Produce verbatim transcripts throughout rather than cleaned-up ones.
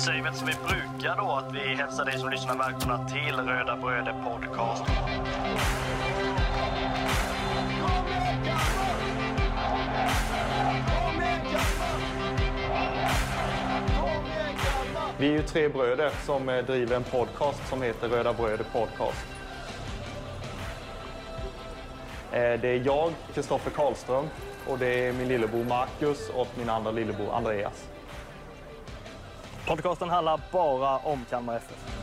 säger väl som vi brukar då, att vi hälsar dig som lyssnar välkomna till Röda Bröder Podcast. Vi är ju tre bröder som driver en podcast som heter Röda Bröder Podcast. Det är jag, Kristoffer Karlström, och det är min lillebror Marcus och min andra lillebror Andreas. Podcasten handlar bara om Kalmar F F.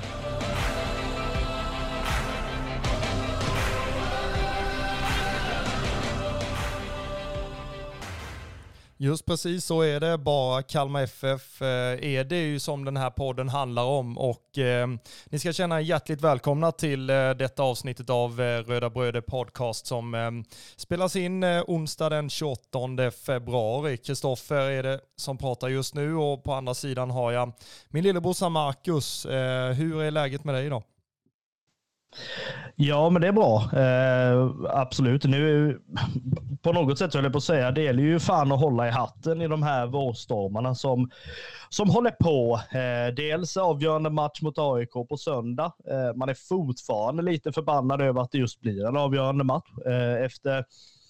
Just precis, så är det. Bara Kalmar F F är det ju som den här podden handlar om. Och eh, ni ska känna hjärtligt välkomna till eh, detta avsnittet av eh, Röda Bröder Podcast som eh, spelas in eh, onsdag den tjugoåttonde februari. Kristoffer är det som pratar just nu och på andra sidan har jag min lillebror Marcus. Eh, hur är läget med dig idag? Ja, men det är bra. Eh, absolut. Nu på något sätt så höll jag på att säga, det gäller ju fan att hålla i hatten i de här vårstormarna som, som håller på. Eh, dels avgörande match mot A I K på söndag. Eh, man är fortfarande lite förbannad över att det just blir en avgörande match. Eh, efter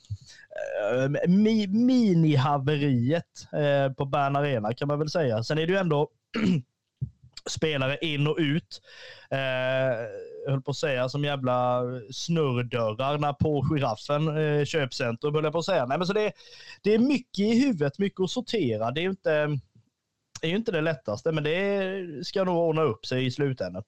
eh, mi, mini-haveriet eh, på Bern Arena kan man väl säga. Sen är det ju ändå spelare in och ut. Eh, jag höll på att säga som jävla snurrdörrarna på Giraffen eh, köpcentrum höll jag på att säga. Nej, men så det, det är mycket i huvudet, mycket att sortera. Det är ju inte, är ju inte det lättaste, men det ska nog ordna upp sig i slutändan.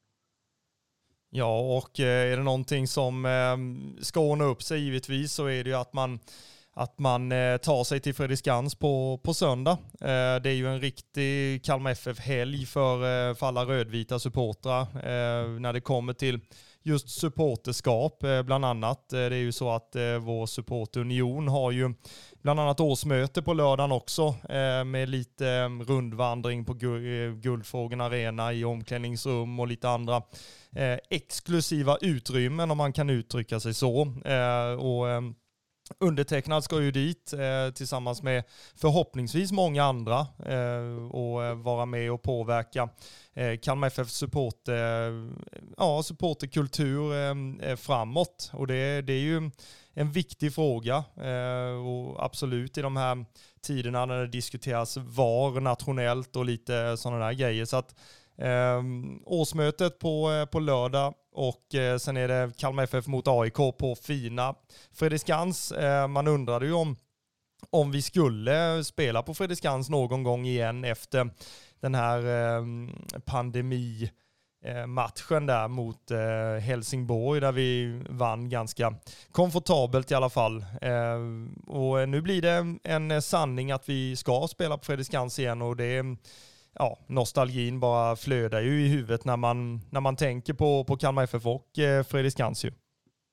Ja, och är det någonting som ska ordna upp sig givetvis så är det ju att man att man eh, tar sig till Fredriksskans på, på söndag. Eh, det är ju en riktig Kalmar F F-helg för, eh, för alla rödvita supportrar eh, när det kommer till just supporterskap eh, bland annat. Eh, det är ju så att eh, vår supportunion har ju bland annat årsmöte på lördagen också eh, med lite eh, rundvandring på gu- Guldfågeln Arena i omklädningsrum och lite andra eh, exklusiva utrymmen om man kan uttrycka sig så. Eh, och eh, Undertecknad ska ju dit eh, tillsammans med förhoppningsvis många andra eh, och eh, vara med och påverka eh, Kalmar F F support, eh, ja, supporterkultur eh, framåt. Och det, det är ju en viktig fråga eh, och absolut i de här tiderna när det diskuteras var nationellt och lite sådana där grejer. Så att eh, årsmötet på, på lördag och eh, sen är det Kalmar F F mot A I K på fina Fredriksskans. Eh, man undrade ju om, om vi skulle spela på Fredriksskans någon gång igen efter den här eh, pandemi eh, matchen där mot eh, Helsingborg där vi vann ganska komfortabelt i alla fall. Eh, och nu blir det en sanning att vi ska spela på Fredriksskans igen och det är ja, nostalgin bara flödar ju i huvudet när man, när man tänker på, på Kalmar F F och eh, Fredriksskans ju.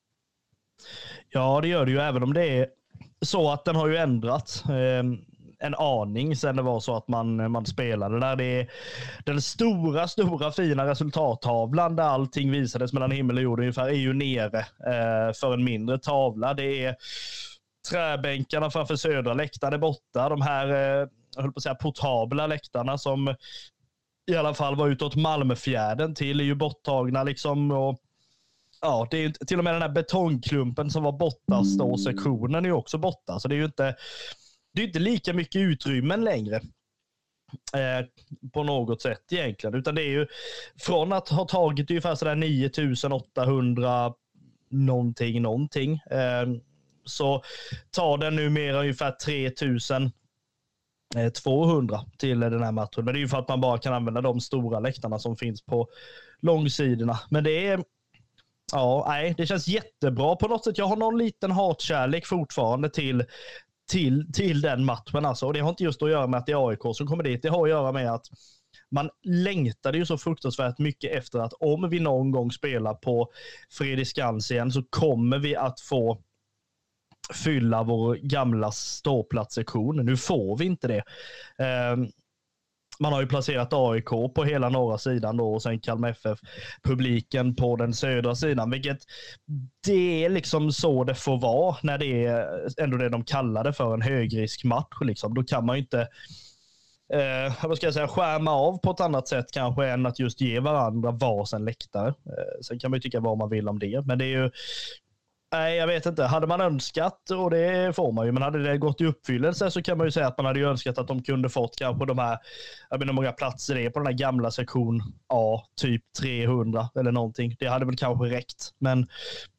Ja, det gör det ju även om det är så att den har ju ändrats eh, en aning sen det var så att man, man spelade där. Det är den stora, stora fina resultattavlan där allting visades mellan himmel och jord ungefär är ju nere eh, för en mindre tavla. Det är träbänkarna framför södra läktaren är borta. De här eh, jag höll på att säga portabla läktarna som i alla fall var utåt Malmöfjärden till är ju borttagna liksom och ja, det är ju till och med den här betongklumpen som var borta stå-sektionen är ju också borta så det är ju inte det är inte lika mycket utrymmen längre eh, på något sätt egentligen utan det är ju från att ha tagit ungefär sådär nio tusen åttahundra någonting någonting eh, så tar den numera ungefär tre tusen tvåhundra till den här matchen. Men det är ju för att man bara kan använda de stora läktarna som finns på långsidorna. Men det är ja, nej, det känns jättebra på något sätt. Jag har någon liten hatkärlek fortfarande till till, till den matchen alltså. Och det har inte just att göra med att det är A I K som kommer dit. Det har att göra med att man längtade ju så fruktansvärt mycket efter att om vi någon gång spelar på Fredriksskans igen så kommer vi att få fylla vår gamla ståplatssektion. Nu får vi inte det. Um, man har ju placerat A I K på hela norra sidan då och sen Kalmar F F-publiken på den södra sidan, vilket det är liksom så det får vara när det är ändå det de kallar det för en högriskmatch. Liksom. Då kan man ju inte eh, vad ska jag säga, skärma av på ett annat sätt kanske än att just ge varandra varsin läktare. Eh, sen kan man ju tycka vad man vill om det, men det är ju, nej, jag vet inte. Hade man önskat, och det får man ju, men hade det gått i uppfyllelse så kan man ju säga att man hade ju önskat att de kunde fått kanske de här, jag vet inte hur många platser det är på den här gamla sektion A, typ trehundra eller någonting. Det hade väl kanske räckt, men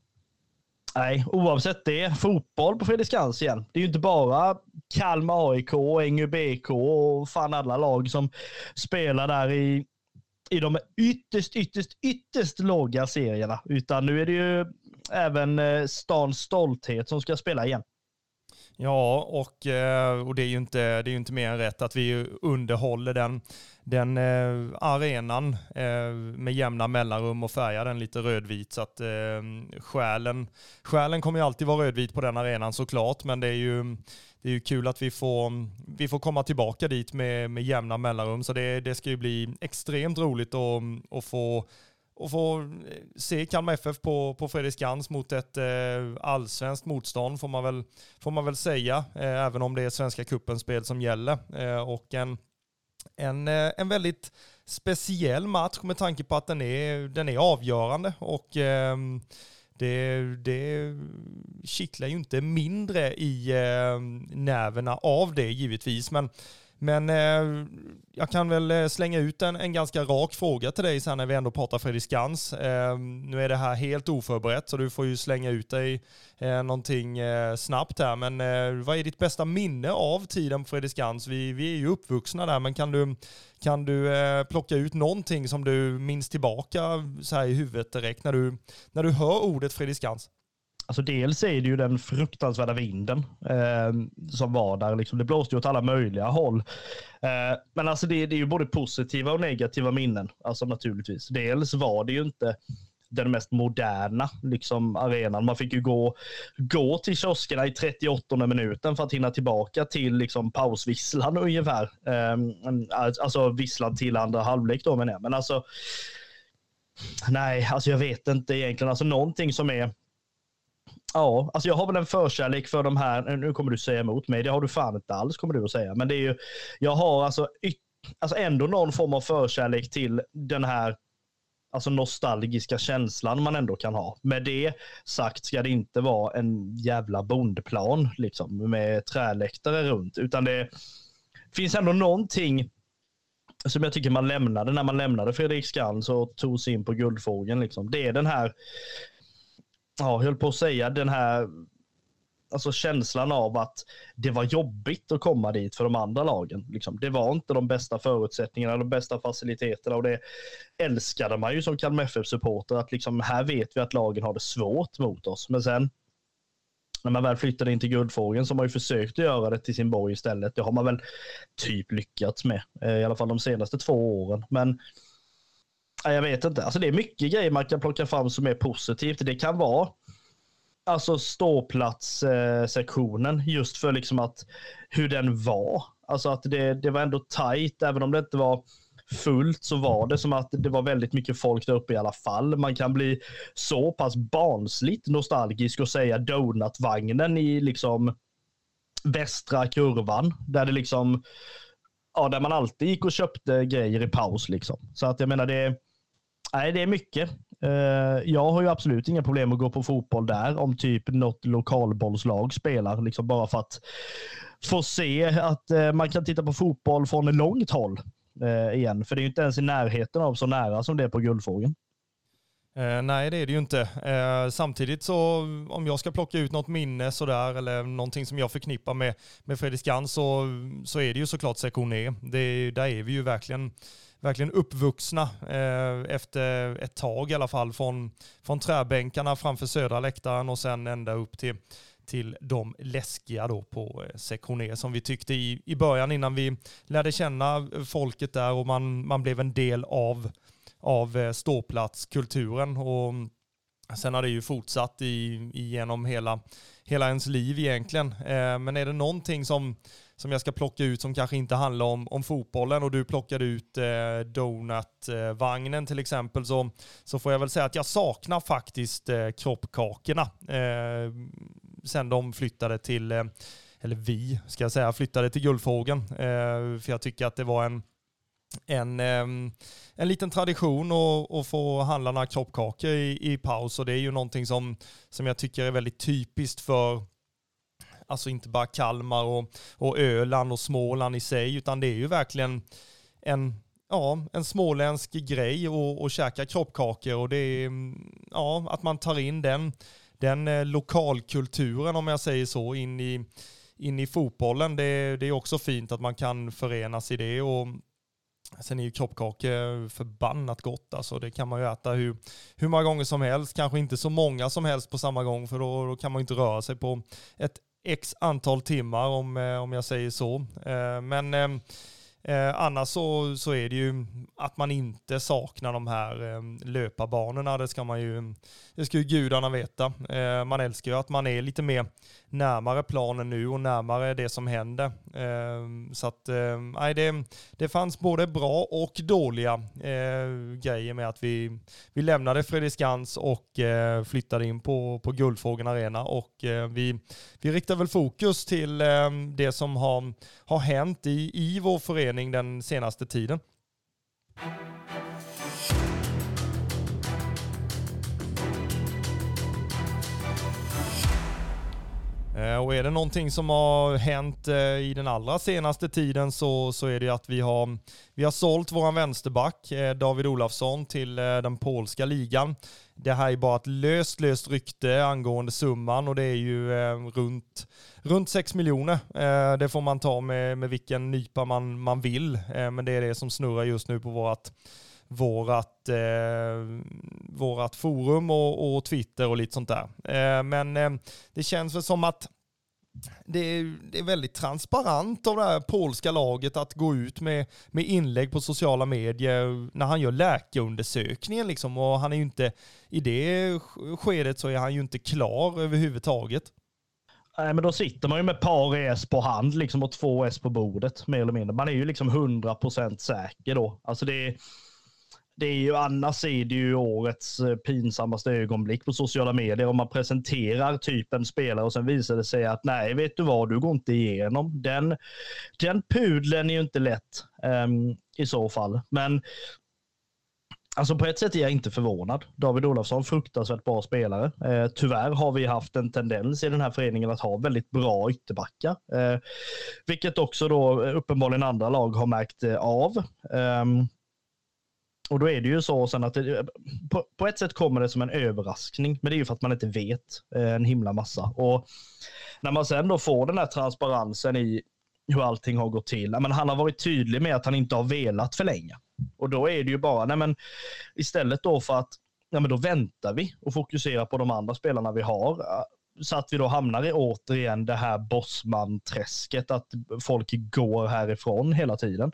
nej, oavsett det, fotboll på Fredriksskans igen. Det är ju inte bara Kalmar A I K, Ängö B K och fan alla lag som spelar där i, i de ytterst, ytterst, ytterst låga serierna, utan nu är det ju även stans stolthet som ska spela igen. Ja, och, och det är ju inte, det är ju inte mer än rätt att vi underhåller den, den eh, arenan eh, med jämna mellanrum och färgar den lite rödvit, så att eh, själen, själen kommer ju alltid vara rödvit på den arenan såklart, men det är ju, det är ju kul att vi får, vi får komma tillbaka dit med, med jämna mellanrum, så det, det ska ju bli extremt roligt att, att få och få se Kalmar F F på, på Fredriksskans mot ett eh, allsvenskt motstånd får man väl, får man väl säga, eh, även om det är Svenska Cupens spel som gäller. Eh, och en, en, eh, en väldigt speciell match med tanke på att den är, den är avgörande, och eh, det, det kittlar ju inte mindre i eh, nerverna av det givetvis, men Men eh, jag kan väl slänga ut en, en ganska rak fråga till dig sen när vi ändå pratar Fredriksskans. Eh, nu är det här helt oförberett, så du får ju slänga ut dig eh, någonting eh, snabbt här. Men eh, vad är ditt bästa minne av tiden på Fredriksskans? Vi, vi är ju uppvuxna där, men kan du, kan du eh, plocka ut någonting som du minns tillbaka så här i huvudet direkt när du, när du hör ordet Fredriksskans? Alltså dels är det ju den fruktansvärda vinden eh, som var där. Liksom. Det blåste ju åt alla möjliga håll. Eh, men alltså det, det är ju både positiva och negativa minnen. Alltså naturligtvis. Dels var det ju inte den mest moderna liksom, arenan. Man fick ju gå, gå till kioskerna i trettioåttonde minuten för att hinna tillbaka till liksom, pausvisslan ungefär. Eh, alltså visslan till andra halvlek då, men, men alltså nej, alltså jag vet inte egentligen. Alltså någonting som är ja, alltså jag har väl en förkärlek för de här, nu kommer du säga emot mig, det har du fan inte alls kommer du att säga, men det är ju, jag har alltså, alltså ändå någon form av förkärlek till den här alltså nostalgiska känslan man ändå kan ha. Med det sagt ska det inte vara en jävla bondplan liksom med träläktare runt, utan det finns ändå någonting som jag tycker man lämnade när man lämnade Fredriksskans och tog sig in på Guldfågeln liksom. Det är den här, ja, jag höll på att säga den här alltså känslan av att det var jobbigt att komma dit för de andra lagen. Liksom. Det var inte de bästa förutsättningarna, de bästa faciliteterna, och det älskade man ju som Kalmar F F-supporter, att liksom, här vet vi att lagen har det svårt mot oss. Men sen när man väl flyttade in till Guldfågeln så har man ju försökt att göra det till sin borg istället. Det har man väl typ lyckats med, i alla fall de senaste två åren. Men jag vet inte. Alltså det är mycket grejer man kan plocka fram som är positivt. Det kan vara alltså ståplatssektionen just för liksom att hur den var. Alltså att det, det var ändå tajt, även om det inte var fullt så var det som att det var väldigt mycket folk där uppe i alla fall. Man kan bli så pass barnsligt nostalgisk och säga donutvagnen i liksom västra kurvan där det liksom ja, där man alltid gick och köpte grejer i paus liksom. Så att jag menar det nej, det är mycket. Jag har ju absolut inga problem att gå på fotboll där om typ något lokalbollslag spelar liksom, bara för att få se att man kan titta på fotboll från en långt håll igen, för det är ju inte ens i närheten av så nära som det är på Guldfågeln. Eh, nej, det är det ju inte. Eh, samtidigt så om jag ska plocka ut något minne sådär, eller någonting som jag förknippar med, med Fredriksskans, så, så är det ju såklart sektion E. Det, där är vi ju verkligen, verkligen uppvuxna eh, efter ett tag i alla fall, från, från träbänkarna framför södra läktaren och sen ända upp till till de läskiga då på sektion E som vi tyckte i, i början innan vi lärde känna folket där och man, man blev en del av, av ståplatskulturen, och sen har det ju fortsatt i, genom hela, hela ens liv egentligen. Eh, men är det någonting som, som jag ska plocka ut som kanske inte handlar om, om fotbollen, och du plockade ut eh, donutvagnen till exempel, så, så får jag väl säga att jag saknar faktiskt eh, kroppkakorna. Eh, sen de flyttade till, eller vi ska jag säga, flyttade till Guldfågeln. Eh, för jag tycker att det var en En, en liten tradition att, att få handla några kroppkakor i, i paus, och det är ju någonting som, som jag tycker är väldigt typiskt för, alltså inte bara Kalmar och, och Öland och Småland i sig, utan det är ju verkligen en, ja, en småländsk grej att, att käka kroppkakor, och det är, ja, att man tar in den, den lokalkulturen, om jag säger så, in i, in i fotbollen. Det, det är också fint att man kan förenas i det, och sen är ju kroppkakor förbannat gott. Alltså det kan man ju äta hur, hur många gånger som helst. Kanske inte så många som helst på samma gång, för då, då kan man inte röra sig på ett x antal timmar, om, om jag säger så. Men eh, annars så, så är det ju att man inte saknar de här eh, löparbanorna. Det ska man ju, det ska ju gudarna veta. Eh, man älskar ju att man är lite mer närmare planen nu och närmare det som händer. Eh, så att eh, nej, det, det fanns både bra och dåliga eh, grejer med att vi, vi lämnade Fredriksskans och eh, flyttade in på, på Guldfågeln Arena, och eh, vi, vi riktar väl fokus till eh, det som har, har hänt i, i vår förening den senaste tiden. Och är det någonting som har hänt i den allra senaste tiden, så, så är det att vi har, vi har sålt våran vänsterback David Olafsson till den polska ligan. Det här är bara ett löst, löst rykte angående summan, och det är ju eh, runt, runt sex miljoner. Eh, det får man ta med, med vilken nypa man, man vill, eh, men det är det som snurrar just nu på vårat vårat, eh, vårat forum och, och Twitter och lite sånt där. Eh, men eh, det känns väl som att det är, det är väldigt transparent av det här polska laget att gå ut med, med inlägg på sociala medier när han gör läkarundersökningen liksom, och han är ju inte, i det skedet så är han ju inte klar överhuvudtaget. Nej, men då sitter man ju med par S på hand liksom, och två S på bordet mer eller mindre. Man är ju liksom hundra procent säker då. Alltså det är Det är ju, annars är det ju årets pinsammaste ögonblick på sociala medier om man presenterar typ en spelare och sen visar det sig att nej, vet du vad, du går inte igenom. Den, den pudlen är ju inte lätt um, i så fall. Men alltså på ett sätt är jag inte förvånad. David Olafsson, fruktansvärt bra spelare. Eh, tyvärr har vi haft en tendens i den här föreningen att ha väldigt bra ytterbackar. Eh, vilket också då uppenbarligen andra lag har märkt eh, av. Um, Och då är det ju så sen att det, på, på ett sätt kommer det som en överraskning, men det är ju för att man inte vet eh, en himla massa. Och när man sen då får den här transparensen i hur allting har gått till, men han har varit tydlig med att han inte har velat förlänga. Och då är det ju bara, nej men istället då för att, nej men då väntar vi och fokuserar på de andra spelarna vi har, så att vi då hamnar i återigen det här bossman-träsket, att folk går härifrån hela tiden.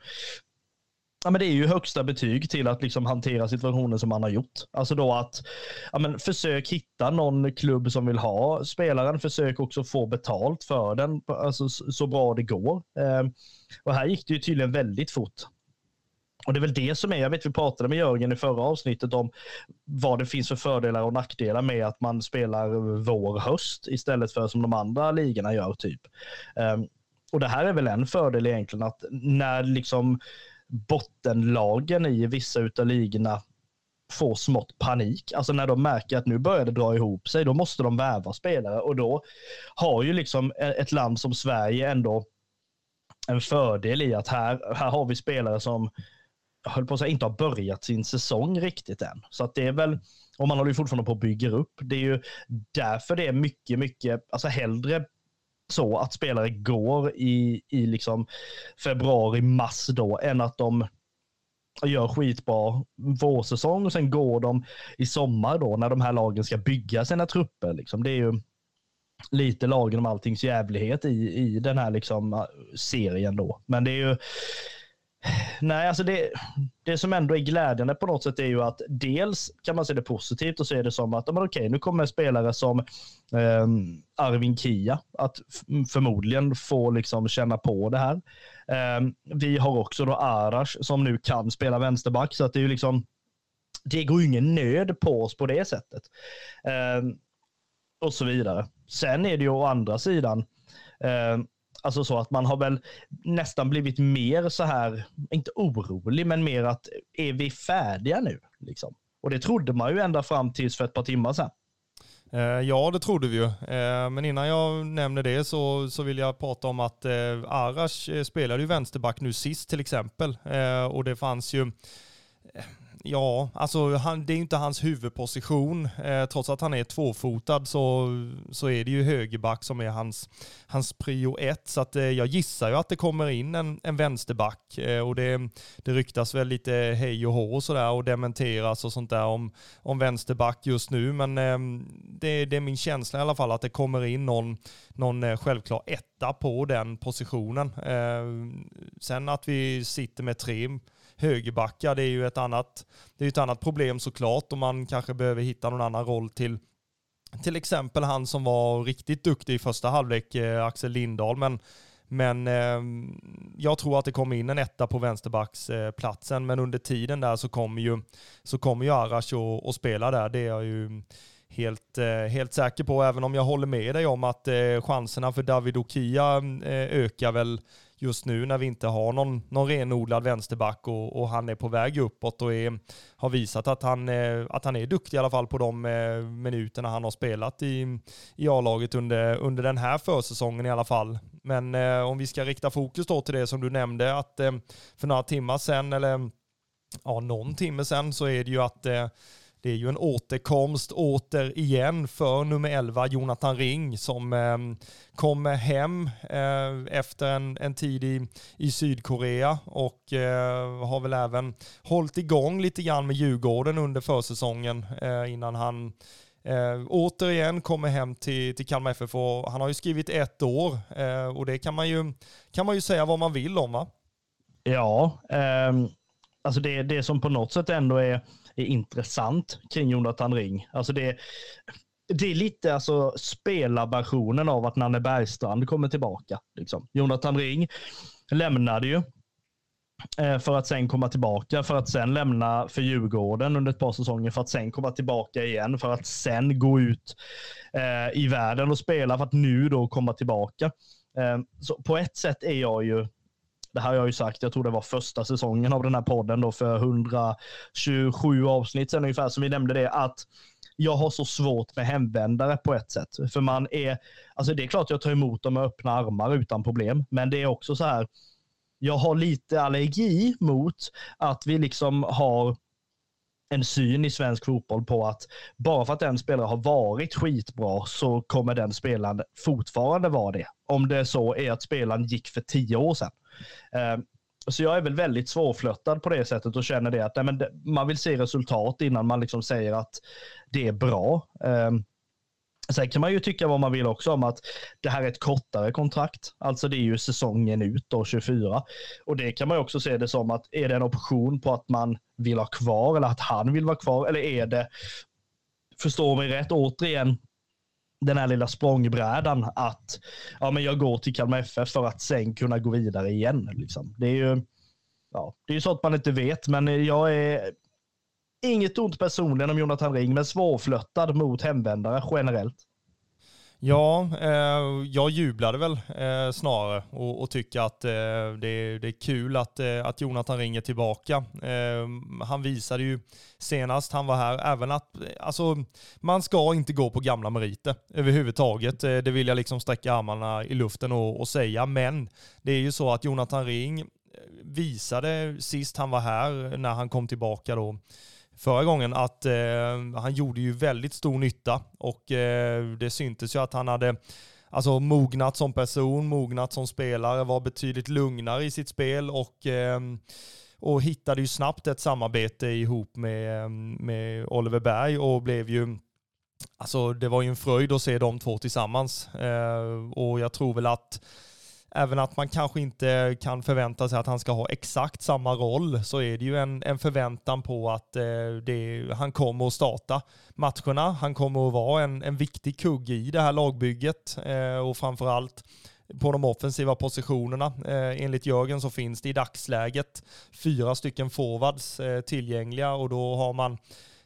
Ja, men det är ju högsta betyg till att liksom hantera situationen som man har gjort. Alltså då att ja, men försök hitta någon klubb som vill ha spelaren. Försök också få betalt för den, alltså så bra det går. Eh, och här gick det ju tydligen väldigt fort. Och det är väl det som är, jag vet vi pratade med Jörgen i förra avsnittet om vad det finns för fördelar och nackdelar med att man spelar vår höst istället för som de andra ligorna gör typ. Eh, och det här är väl en fördel egentligen, att när liksom bottenlagen i vissa utav ligorna får smått panik. Alltså när de märker att nu börjar det dra ihop sig, då måste de värva spelare, och då har ju liksom ett land som Sverige ändå en fördel i att här, här har vi spelare som jag höll på att säga inte har börjat sin säsong riktigt än. Så att det är väl, och man håller ju fortfarande på att bygga upp. Det är ju därför det är mycket, mycket, alltså hellre så att spelare går i, i liksom februari, mars då, än att de gör skitbra vårsäsong och sen går de i sommar då när de här lagen ska bygga sina trupper. Liksom. Det är ju lite lagen om alltings jävlighet i, i den här liksom serien då. Men det är ju nej, alltså det, det som ändå är glädjande på något sätt är ju att dels kan man se det positivt och se det som att men okej, nu kommer spelare som eh, Arvin Kia att f- förmodligen få liksom känna på det här. Eh, vi har också då Arash som nu kan spela vänsterback, så att det är ju liksom, det går ju ingen nöd på oss på det sättet. Eh, och så vidare. Sen är det ju å andra sidan eh, Alltså så att man har väl nästan blivit mer så här, inte orolig, men mer att är vi färdiga nu? Liksom. Och det trodde man ju ända fram tills för ett par timmar sedan. Eh, ja, det trodde vi ju. Eh, men innan jag nämner det så, så vill jag prata om att eh, Arash eh, spelade ju vänsterback nu sist till exempel. Eh, och det fanns ju... Eh, Ja, alltså han, det är ju inte hans huvudposition. Eh, trots att han är tvåfotad så, så är det ju högerback som är hans, hans prio ett. Så att, eh, jag gissar ju att det kommer in en, en vänsterback. Eh, och det, det ryktas väl lite hej och hå och sådär och dementeras och sånt där om, om vänsterback just nu. Men eh, det, det är min känsla i alla fall att det kommer in någon, någon eh, självklar etta på den positionen. Eh, sen att vi sitter med tre högerbackar, det är ju ett annat, det är ett annat problem såklart, och man kanske behöver hitta någon annan roll till till exempel han som var riktigt duktig i första halvlek, eh, Axel Lindahl, men men eh, jag tror att det kommer in en etta på vänsterbacksplatsen, eh, men under tiden där så kommer ju så kommer ju Arash att, att spela där, det är jag ju helt, eh, helt säker på, även om jag håller med dig om att eh, chanserna för David Okia eh, ökar väl just nu när vi inte har någon, någon renodlad vänsterback och, och han är på väg uppåt och är, har visat att han, eh, att han är duktig i alla fall på de eh, minuterna han har spelat i, i A-laget under, under den här försäsongen i alla fall. Men eh, om vi ska rikta fokus då till det som du nämnde, att eh, för några timmar sedan, eller ja, någon timme sedan, så är det ju att eh, det är ju en återkomst återigen för nummer elva, Jonathan Ring, som eh, kommer hem eh, efter en, en tid i, i Sydkorea och eh, har väl även hållit igång lite grann med Djurgården under försäsongen eh, innan han eh, återigen kommer hem till, till Kalmar F F. Och han har ju skrivit ett år eh, och det kan man, ju, kan man ju säga vad man vill om, va? Ja, eh, alltså det, det som på något sätt ändå är är intressant kring Jonathan Ring. Alltså det, det är lite alltså spelarversionen av att Nanne Bergstrand kommer tillbaka. Liksom. Jonathan Ring lämnade ju eh, för att sen komma tillbaka, för att sen lämna för Djurgården under ett par säsonger, för att sen komma tillbaka igen, för att sen gå ut eh, i världen och spela, för att nu då komma tillbaka. Eh, så på ett sätt är jag ju, det här har jag ju sagt, jag tror det var första säsongen av den här podden då för hundratjugosju avsnitt sen ungefär, som vi nämnde det, att jag har så svårt med hemvändare på ett sätt. För man är, alltså det är klart jag tar emot dem med öppna armar utan problem, men det är också så här, jag har lite allergi mot att vi liksom har en syn i svensk fotboll på att bara för att en spelare har varit skitbra så kommer den spelaren fortfarande vara det. Om det så är att spelaren gick för tio år sedan. Så jag är väl väldigt svårflörtad på det sättet och känner det att nej, men man vill se resultat innan man liksom säger att det är bra. Sen kan man ju tycka vad man vill också om att det här är ett kortare kontrakt. Alltså det är ju säsongen ut då, tjugofyra. Och det kan man ju också se det som att är det en option på att man vill ha kvar eller att han vill vara kvar, eller är det, förstår mig rätt, återigen den här lilla språngbrädan att ja, men jag går till Kalmar F F för att sen kunna gå vidare igen. Liksom. Det är ju ja, det är ju så att man inte vet, men jag är inget ont personligen om Jonathan Ring, men svårflörtad mot hemvändare generellt. Ja, eh, jag jublade väl eh, snarare och, och tycker att eh, det, det är kul att, eh, att Jonathan Ring är tillbaka. Eh, han visade ju senast han var här även att alltså, man ska inte gå på gamla meriter överhuvudtaget. Eh, det vill jag liksom sträcka armarna i luften och, och säga, men det är ju så att Jonathan Ring visade sist han var här, när han kom tillbaka då förra gången, att eh, han gjorde ju väldigt stor nytta och eh, det syntes ju att han hade alltså mognat som person, mognat som spelare, var betydligt lugnare i sitt spel och, eh, och hittade ju snabbt ett samarbete ihop med, med Oliver Berg och blev ju, alltså det var ju en fröjd att se de två tillsammans eh, och jag tror väl att även att man kanske inte kan förvänta sig att han ska ha exakt samma roll, så är det ju en, en förväntan på att eh, det, han kommer att starta matcherna. Han kommer att vara en, en viktig kugge i det här lagbygget eh, och framförallt på de offensiva positionerna. Eh, enligt Jörgen så finns det i dagsläget fyra stycken forwards eh, tillgängliga och då har man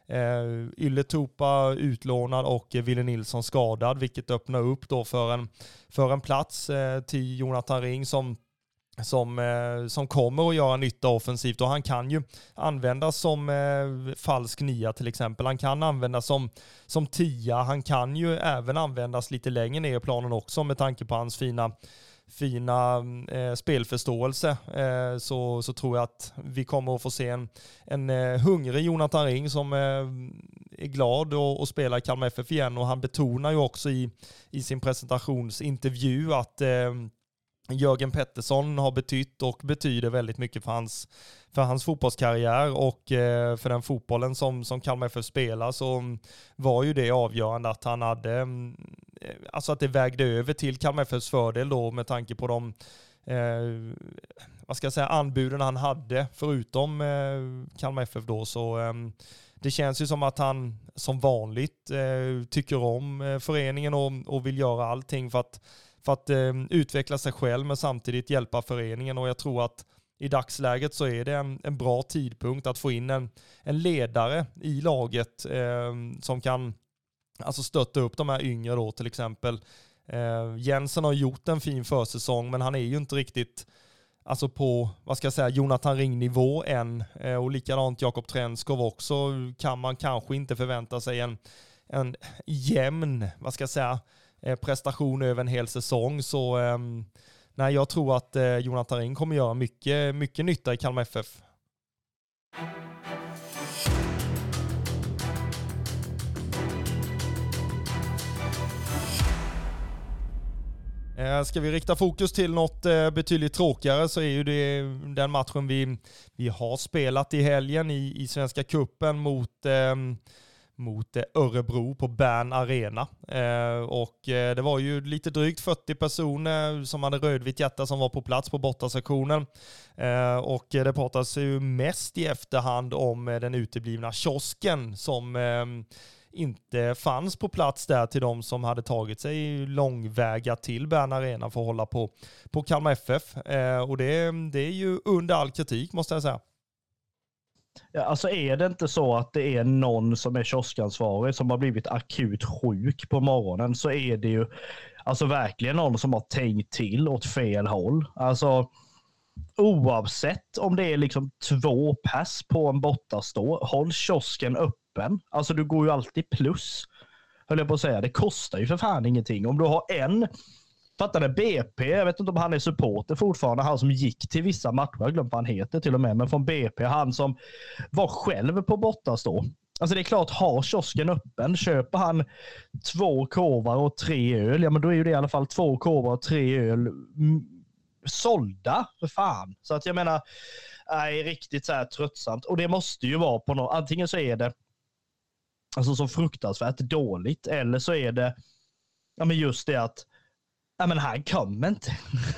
Eh, Ylätupa utlånad och Ville Nilsson skadad, vilket öppnar upp då för en, för en plats eh, till Jonathan Ring som Som, eh, som kommer att göra nytta offensivt, och han kan ju användas som eh, falsk nia till exempel. Han kan användas som, som tia. Han kan ju även användas lite längre ner i planen också med tanke på hans fina, fina eh, spelförståelse. Eh, så, så tror jag att vi kommer att få se en, en eh, hungrig Jonathan Ring som eh, är glad och, och spelar i Kalmar F F igen, och han betonar ju också i, i sin presentationsintervju att eh, Jörgen Pettersson har betytt och betyder väldigt mycket för hans, för hans fotbollskarriär, och eh, för den fotbollen som, som Kalmar F F spelar, så var ju det avgörande att han hade, alltså att det vägde över till Kalmar F Fs fördel då, med tanke på de eh, vad ska jag säga, anbuden han hade förutom eh, Kalmar F F då, så eh, det känns ju som att han som vanligt eh, tycker om eh, föreningen och, och vill göra allting för att för att eh, utveckla sig själv men samtidigt hjälpa föreningen, och jag tror att i dagsläget så är det en, en bra tidpunkt att få in en, en ledare i laget eh, som kan alltså stötta upp de här yngre då till exempel. Eh, Jensen har gjort en fin försäsong, men han är ju inte riktigt alltså på, vad ska jag säga, Jonathan Ring-nivå än, eh, och likadant Jakob Trenskov också, kan man kanske inte förvänta sig en, en jämn, vad ska jag säga, prestation över en hel säsong. Så eh, nej, jag tror att eh, Jonathan Ring kommer göra mycket, mycket nytta i Kalmar F F. Eh, ska vi rikta fokus till något eh, betydligt tråkigare, så är ju det den matchen vi, vi har spelat i helgen i, i Svenska Cupen mot eh, mot Örebro på Bern Arena. Eh, och eh, det var ju lite drygt fyrtio personer som hade rödvitt hjärta som var på plats på bortasektionen. Eh, och det pratas ju mest i efterhand om eh, den uteblivna kiosken som eh, inte fanns på plats där till de som hade tagit sig långväga till Bern Arena för att hålla på, på Kalmar F F. Eh, och det, det är ju under all kritik, måste jag säga. Ja, alltså är det inte så att det är någon som är kioskansvarig som har blivit akut sjuk på morgonen, så är det ju alltså verkligen någon som har tänkt till åt fel håll. Alltså oavsett om det är liksom två pass på en bortastå, håll kiosken öppen. Alltså du går ju alltid plus, höll jag på att säga. Det kostar ju för fan ingenting. Om du har en fattade B P, jag vet inte om han är supporter fortfarande, han som gick till vissa matcher, jag glömde vad han heter till och med, men från B P, han som var själv på bortastå. Alltså det är klart, har kiosken öppen, köper han två korvar och tre öl, ja men då är ju det i alla fall två korvar och tre öl mm, sålda, för fan. Så att jag menar, är riktigt så här tröttsamt. Och det måste ju vara på något, antingen så är det alltså så fruktansvärt dåligt, eller så är det ja men just det att ja, men han kommer inte.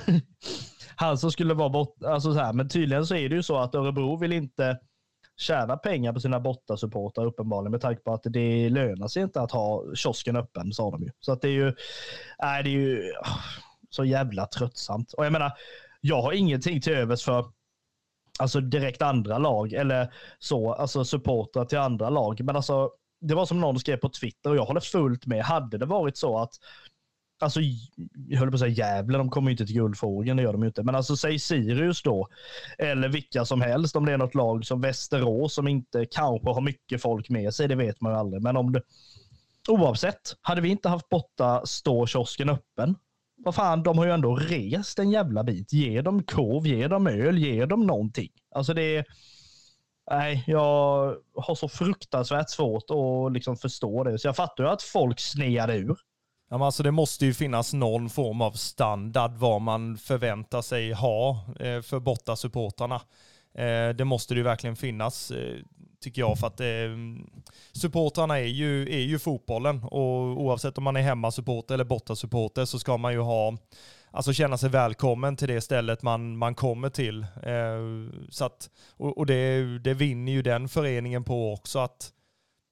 Han som skulle vara bort, alltså så här, men tydligen så är det ju så att Örebro vill inte tjäna pengar på sina bortasupportrar uppenbarligen, med tanke på att det lönar sig inte att ha kiosken öppen, sa de ju. Så att det är ju, nej, det är ju så jävla tröttsamt. Och jag menar, jag har ingenting till övers för alltså direkt andra lag eller så, alltså supportrar till andra lag. Men alltså, det var som någon skrev på Twitter och jag håller fullt med. Hade det varit så att alltså, jag höll på att säga Gävle, de kommer ju inte till guldfrågan, det gör de ju inte. Men alltså, säg Sirius då, eller vilka som helst, om det är något lag som Västerås som inte kanske har mycket folk med sig, det vet man ju aldrig. Men om det, oavsett, hade vi inte haft borta stå kiosken öppen, vad fan, de har ju ändå rest en jävla bit. Ge dem korv, ge dem öl, ge dem någonting. Alltså det är, nej, jag har så fruktansvärt svårt att liksom förstå det. Så jag fattar ju att folk sneade ur. Ja, men alltså det måste ju finnas någon form av standard vad man förväntar sig ha eh, för borta supportarna. Eh, det måste det ju verkligen finnas, eh, tycker jag, för att eh, supportarna är ju, är ju fotbollen, och oavsett om man är hemmasupporter eller borta supporter så ska man ju ha, alltså känna sig välkommen till det stället man, man kommer till. Eh, så att, och och det, det vinner ju den föreningen på också, att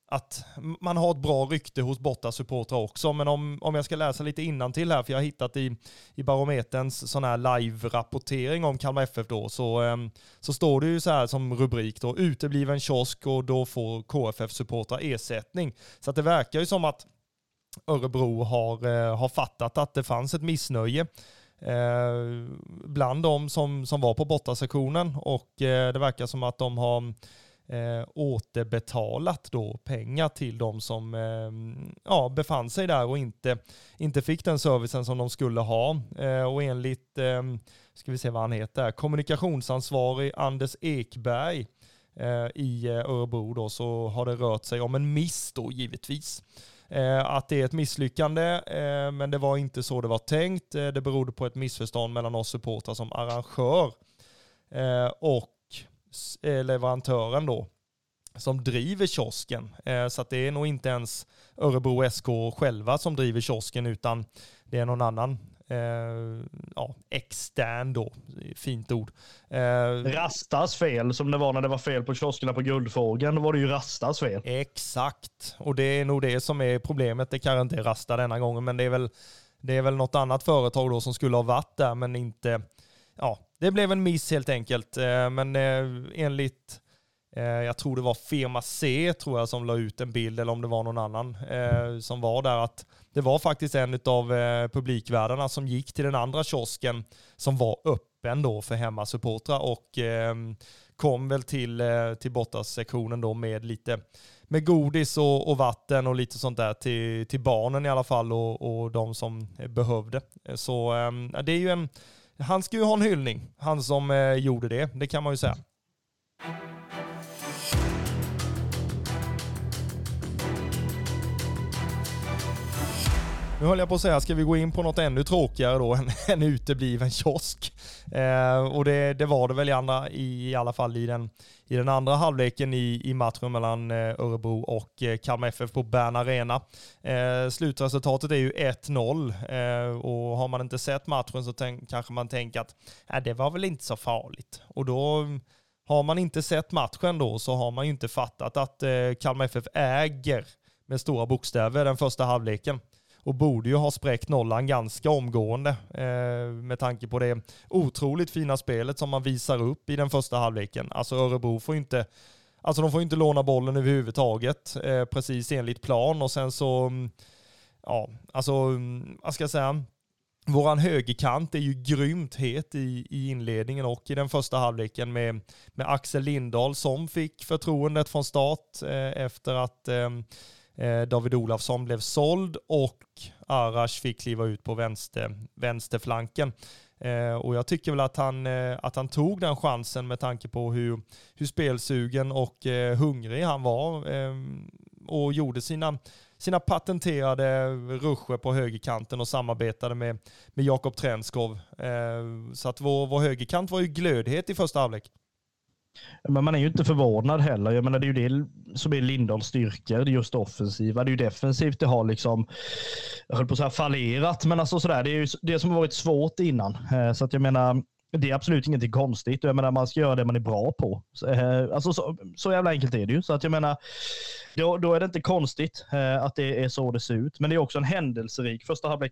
att man har ett bra rykte hos Bottas-supportrar också. Men om, om jag ska läsa lite innantill här, för jag har hittat i, i Barometerns sån här live-rapportering om Kalmar F F då, så, um, så står det ju så här som rubrik då, utebliven kiosk och då får K F F-supportrar ersättning. Så att det verkar ju som att Örebro har, uh, har fattat att det fanns ett missnöje uh, bland de som, som var på Bottas-sektionen, och uh, det verkar som att de har Eh, återbetalat då pengar till de som eh, ja, befann sig där och inte, inte fick den servicen som de skulle ha. Eh, och enligt, eh, ska vi se vad han heter, kommunikationsansvarig Anders Ekberg eh, i Örebro då, så har det rört sig om en miss då givetvis. Eh, att det är ett misslyckande, eh, men det var inte så det var tänkt. Eh, det berodde på ett missförstånd mellan oss supportrar som arrangör eh, och leverantören då som driver kiosken. Eh, så att det är nog inte ens Örebro S K själva som driver kiosken, utan det är någon annan eh, ja, extern då, fint ord. Eh, Rastas fel, som det var när det var fel på kioskerna på Guldfågeln, då var det ju Rastas fel. Exakt, och det är nog det som är problemet. Det kan inte Rasta denna gången, men det är väl, det är väl något annat företag då som skulle ha varit där, men inte. Ja, det blev en miss helt enkelt, men enligt, jag tror det var Firma C tror jag som la ut en bild, eller om det var någon annan som var där, att det var faktiskt en av publikvärdarna som gick till den andra kiosken som var öppen då för hemmasupportrar och kom väl till, till Bottas-sektionen då med lite med godis och, och vatten och lite sånt där till, till barnen i alla fall, och, och de som behövde. Så det är ju en Han ska ju ha en hyllning, han som eh, gjorde det, det kan man ju säga. Nu höll jag på att säga, ska vi gå in på något ännu tråkigare då, en, en utebliven kiosk. Eh, och det, det var det väl i, andra, i, i alla fall i den, i den andra halvleken i, i matchen mellan eh, Örebro och eh, Kalmar F F på Bern Arena. Eh, slutresultatet är ju ett noll eh, och har man inte sett matchen så tänk, kanske man tänker att äh, det var väl inte så farligt. Och då har man inte sett matchen då, så har man ju inte fattat att eh, Kalmar F F äger med stora bokstäver den första halvleken. Och borde ju ha spräckt nollan ganska omgående eh, med tanke på det otroligt fina spelet som man visar upp i den första halvleken. Alltså Örebro får inte, alltså de får inte låna bollen överhuvudtaget, eh, precis enligt plan. Och sen så, ja, alltså, vad ska jag säga, våran högerkant är ju grymt het i, i inledningen och i den första halvleken med, med Axel Lindahl som fick förtroendet från start eh, efter att eh, David Olafsson blev såld och Arash fick kliva ut på vänster, vänsterflanken. Eh, och jag tycker väl att han, eh, att han tog den chansen med tanke på hur, hur spelsugen och eh, hungrig han var eh, och gjorde sina, sina patenterade ruscher på högerkanten och samarbetade med, med Jakob Trenskov. Eh, så att vår, vår högerkant var ju glödhet i första halvlek. Men man är ju inte förvånad heller. Jag menar, det är ju det som är Lindahls styrkor. Det är just offensiva. Det är ju defensivt. Det har liksom, jag höll på att säga fallerat, men alltså sådär. Det är ju det som har varit svårt innan. Så att jag menar, det är absolut ingenting konstigt. Jag menar, man ska göra det man är bra på. Alltså så, så jävla enkelt är det ju. Så att jag menar, då, då är det inte konstigt att det är så det ser ut. Men det är också en händelserik första halvlek.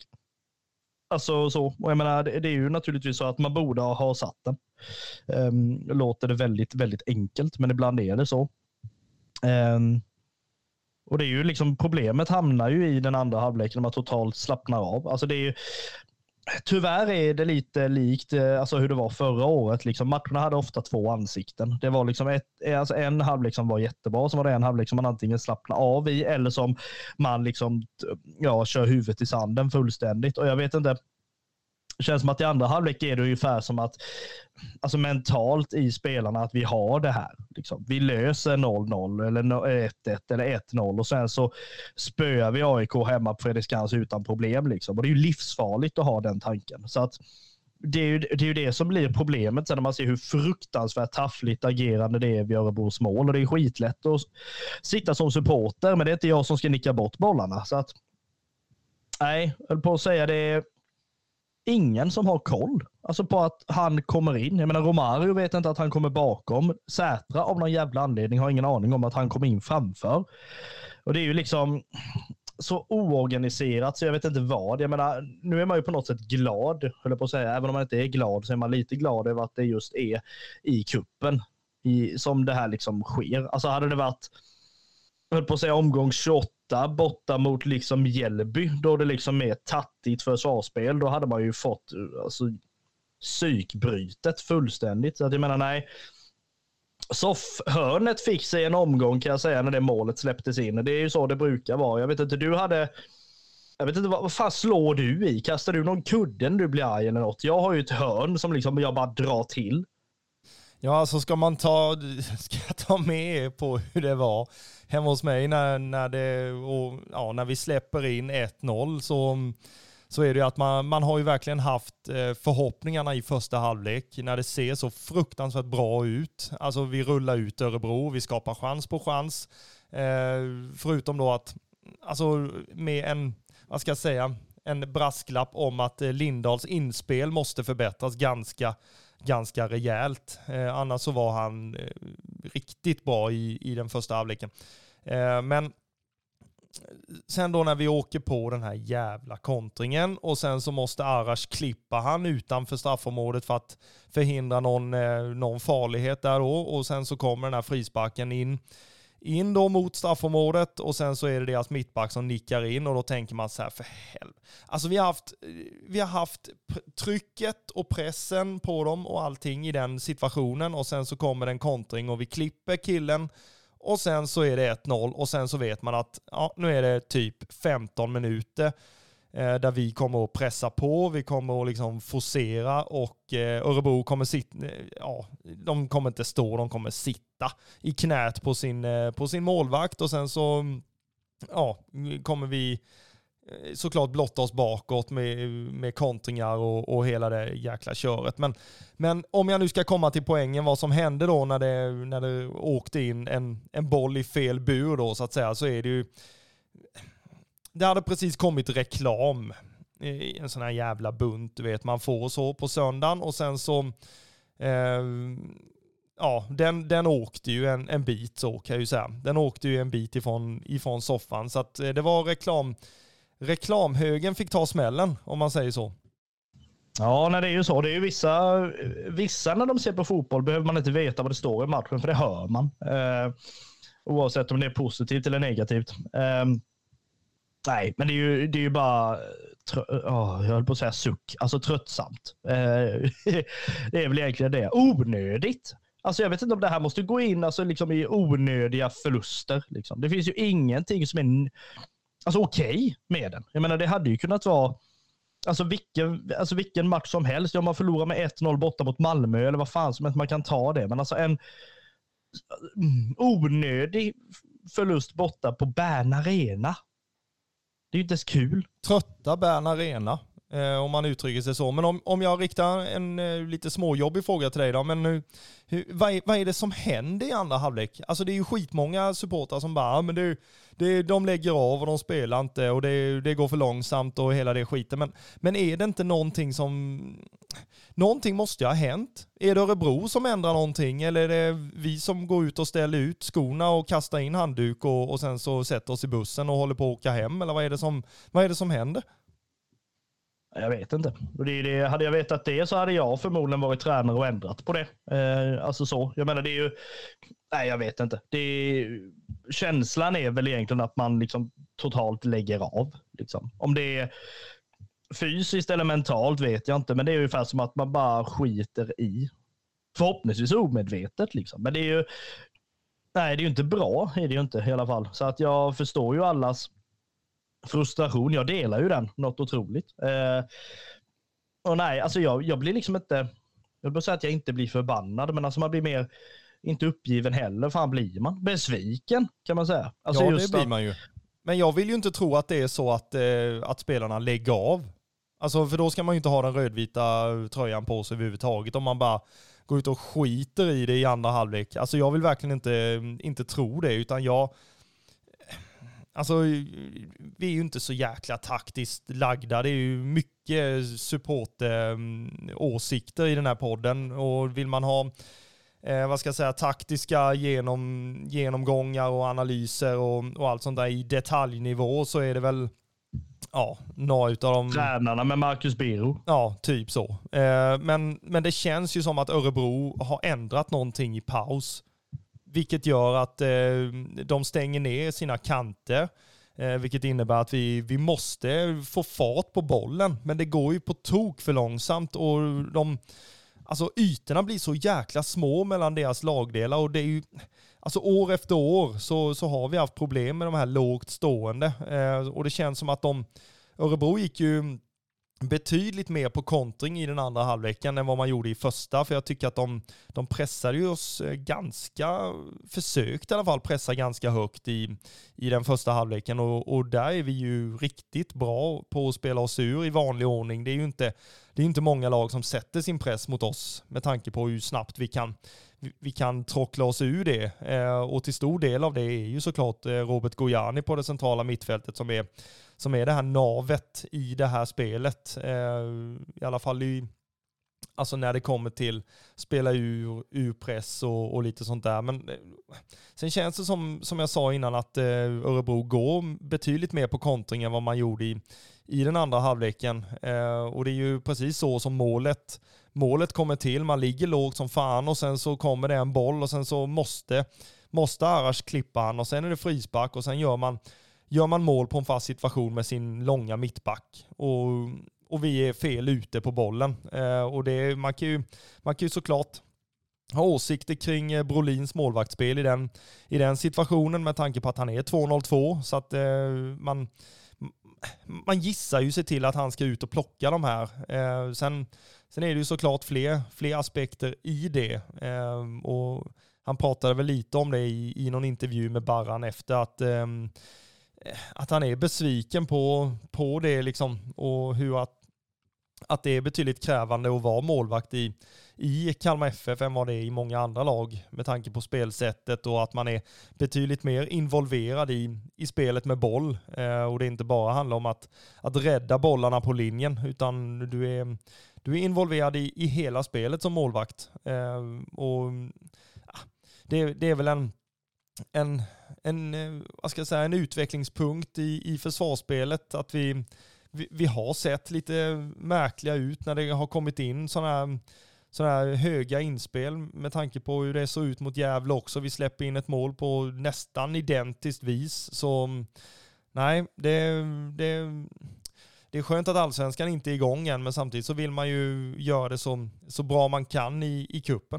Alltså så, och jag menar, det är ju naturligtvis så att man borde ha satt den. Um, låter det väldigt, väldigt enkelt, men ibland är det så. Um, och det är ju liksom, problemet hamnar ju i den andra halvleken när man totalt slappnar av. Alltså det är ju, tyvärr är det lite likt alltså hur det var förra året. Liksom, matcherna hade ofta två ansikten. Det var liksom ett, alltså en halvlek som var jättebra, så var det en halvlek som man antingen slappnar av i eller som man liksom, ja, kör huvudet i sanden fullständigt. Och jag vet inte, det känns som att i andra halvlek är det ungefär som att, alltså mentalt i spelarna, att vi har det här. Liksom. Vi löser noll noll eller ett ett eller ett noll och sen så spöar vi A I K hemma på Fredriksskans utan problem. Liksom. Och det är ju livsfarligt att ha den tanken. Så att det är ju det, är ju det som blir problemet sen när man ser hur fruktansvärt taffligt agerande det är vid Örebros mål. Och det är skitlätt att sitta som supporter, men det är inte jag som ska nicka bort bollarna. Så att, nej, jag höll på att säga det. ingen som har koll. Alltså på att han kommer in. Jag menar, Romario vet inte att han kommer bakom. Sätra av någon jävla anledning har ingen aning om att han kommer in framför. Och det är ju liksom så oorganiserat så jag vet inte vad. Jag menar, nu är man ju på något sätt glad, höll jag på att säga. Även om man inte är glad så är man lite glad över att det just är i kuppen i, som det här liksom sker. Alltså hade det varit, höll på att säga, omgång tjugoåtta borta mot liksom Mjällby, då det liksom är tattigt försvarsspel, då hade man ju fått alltså, psykbrytet fullständigt. Så att jag menar, nej. Soff-hörnet fick sig en omgång kan jag säga när det målet släpptes in. Det är ju så det brukar vara. Jag vet inte, du hade... Jag vet inte, vad, vad fan slår du i? Kastar du någon kudden du blir arg eller något? Jag har ju ett hörn som liksom jag bara drar till. Ja, alltså ska man ta, ska jag ta med på hur det var hemma hos mig när, när, det, och, ja, när vi släpper in ett noll så... så är det ju att man, man har ju verkligen haft förhoppningarna i första halvlek när det ser så fruktansvärt bra ut. Alltså vi rullar ut Örebro, vi skapar chans på chans. Eh, förutom då att, alltså med en, vad ska jag säga, en brasklapp om att Lindahls inspel måste förbättras ganska, ganska rejält. Eh, annars så var han eh, riktigt bra i, i den första halvleken. Eh, men sen då när vi åker på den här jävla kontringen och sen så måste Arash klippa han utanför straffområdet för att förhindra någon, eh, någon farlighet där då, och sen så kommer den här frisparken in, in då mot straffområdet och sen så är det deras mittback som nickar in och då tänker man så här, för helvete. Alltså vi har haft, vi har haft trycket och pressen på dem och allting i den situationen och sen så kommer en kontring och vi klipper killen. Och sen så är det ett noll och sen så vet man att ja, nu är det typ femton minuter eh, där vi kommer att pressa på, vi kommer att liksom forcera och eh, Örebro kommer sitta, ja, de kommer inte stå, de kommer sitta i knät på sin, eh, på sin målvakt och sen så ja, kommer vi såklart blotta oss bakåt med, med kontringar och, och hela det jäkla köret. Men, men om jag nu ska komma till poängen, vad som hände då när det, när det åkte in en, en boll i fel bur då så att säga, så är det ju, det hade precis kommit reklam i en sån här jävla bunt, du vet, man får så på söndagen och sen så eh, ja, den, den åkte ju en, en bit så kan jag ju säga. Den åkte ju en bit ifrån, ifrån soffan så att det var reklam. Reklamhögen fick ta smällen, om man säger så. Ja, nej, det är ju så. Det är ju vissa, vissa när de ser på fotboll behöver man inte veta vad det står i matchen, för det hör man. Eh, oavsett om det är positivt eller negativt. Eh, nej, men det är ju, det är ju bara, trö- oh, jag höll på att säga suck, alltså tröttsamt. Eh, det är väl egentligen det. Onödigt. Alltså jag vet inte om det här måste gå in alltså, liksom, i onödiga förluster. Liksom. Det finns ju ingenting som är... Alltså okej okay med den. Jag menar det hade ju kunnat vara alltså vilken, alltså vilken match som helst. Om man förlorar med ett noll borta mot Malmö eller vad fan som helst man kan ta det. Men alltså en onödig förlust borta på Bern Arena. Det är ju inte ens kul. Trötta Bern Arena. Eh, om man uttrycker sig så. Men om, om jag riktar en eh, lite småjobbig fråga till dig då. Men nu, hur, vad, är, vad är det som händer i andra halvlek? Alltså det är ju skitmånga supportrar som bara, men det, det, de lägger av och de spelar inte och det, det går för långsamt och hela det skiten. Men, men är det inte någonting som... Någonting måste ju ha hänt. Är det Örebro som ändrar någonting eller är det vi som går ut och ställer ut skorna och kastar in handduk och, och sen så sätter oss i bussen och håller på att åka hem? Eller vad är det som, vad är det som händer? Jag vet inte. Det, det, hade jag vetat det så hade jag förmodligen varit tränare och ändrat på det. Eh, alltså så. Jag menar det är ju... Nej, jag vet inte. Det är, känslan är väl egentligen att man liksom totalt lägger av. Liksom. Om det är fysiskt eller mentalt vet jag inte. Men det är ungefär som att man bara skiter i. Förhoppningsvis omedvetet. Liksom. Men det är ju... Nej, det är ju inte bra. Det är det ju inte i alla fall. Så att jag förstår ju allas frustration. Jag delar ju den. Något otroligt. Eh, och nej, alltså jag, jag blir liksom inte... Jag vill säga att jag inte blir förbannad. Men alltså man blir mer... Inte uppgiven heller. Fan blir man. Besviken kan man säga. Alltså ja, just det blir att... man ju. Men jag vill ju inte tro att det är så att, eh, att spelarna lägger av. Alltså för då ska man ju inte ha den rödvita tröjan på sig överhuvudtaget. Om man bara går ut och skiter i det i andra halvlek. Alltså jag vill verkligen inte, inte tro det. Utan jag... alltså vi är ju inte så jäkla taktiskt lagda. Det är ju mycket support-åsikter i den här podden. Och vill man ha eh, vad ska jag säga, taktiska genom, genomgångar och analyser och, och allt sånt där i detaljnivå, så är det väl ja, några utav dem. Tränarna med Marcus Biro. Ja, typ så. Eh, men, men det känns ju som att Örebro har ändrat någonting i paus. Vilket gör att eh, de stänger ner sina kanter. Eh, vilket innebär att vi, vi måste få fart på bollen. Men det går ju på tok för långsamt. Och de, alltså ytorna blir så jäkla små mellan deras lagdelar. Och det är ju, alltså år efter år så, så har vi haft problem med de här lågt stående. Eh, och det känns som att de, Örebro gick ju betydligt mer på kontring i den andra halvleken än vad man gjorde i första. För jag tycker att de, de pressade ju oss ganska, försökte i alla fall pressa ganska högt i, i den första halvleken. Och, och där är vi ju riktigt bra på att spela oss ur i vanlig ordning. Det är ju inte, det är inte många lag som sätter sin press mot oss med tanke på hur snabbt vi kan, vi, vi kan tråckla oss ur det. Eh, och till stor del av det är ju såklart Robert Gojani på det centrala mittfältet som är som är det här navet i det här spelet. Eh, I alla fall i, alltså när det kommer till spela ur, ur press och, och lite sånt där. Men eh, sen känns det som, som jag sa innan att eh, Örebro går betydligt mer på kontring än vad man gjorde i, i den andra halvleken. Eh, och det är ju precis så som målet, målet kommer till. Man ligger lågt som fan och sen så kommer det en boll och sen så måste, måste Arash klippa han och sen är det frispark och sen gör man Gör man mål på en fast situation med sin långa mittback och, och vi är fel ute på bollen. Eh, och det, man, kan ju, man kan ju såklart ha åsikter kring Brolins målvaktsspel i den, i den situationen med tanke på att han är två noll två. Så att eh, man, man gissar ju sig till att han ska ut och plocka de här. Eh, sen, sen är det ju såklart fler, fler aspekter i det. Eh, och han pratade väl lite om det i, i någon intervju med Barran efter att eh, att han är besviken på, på det liksom, och hur att, att det är betydligt krävande att vara målvakt i, i Kalmar F F än vad det är i många andra lag med tanke på spelsättet och att man är betydligt mer involverad i, i spelet med boll. Eh, och det inte bara handlar om att, att rädda bollarna på linjen utan du är, du är involverad i, i hela spelet som målvakt. Eh, och ja, det, det är väl en En, en, vad ska jag säga, en utvecklingspunkt i, i försvarsspelet att vi, vi, vi har sett lite märkliga ut när det har kommit in sådana här, sådana här höga inspel med tanke på hur det såg ut mot Gävle också. Vi släpper in ett mål på nästan identiskt vis. Så nej, det, det, det är skönt att allsvenskan inte är igång än men samtidigt så vill man ju göra det så, så bra man kan i, i kuppen.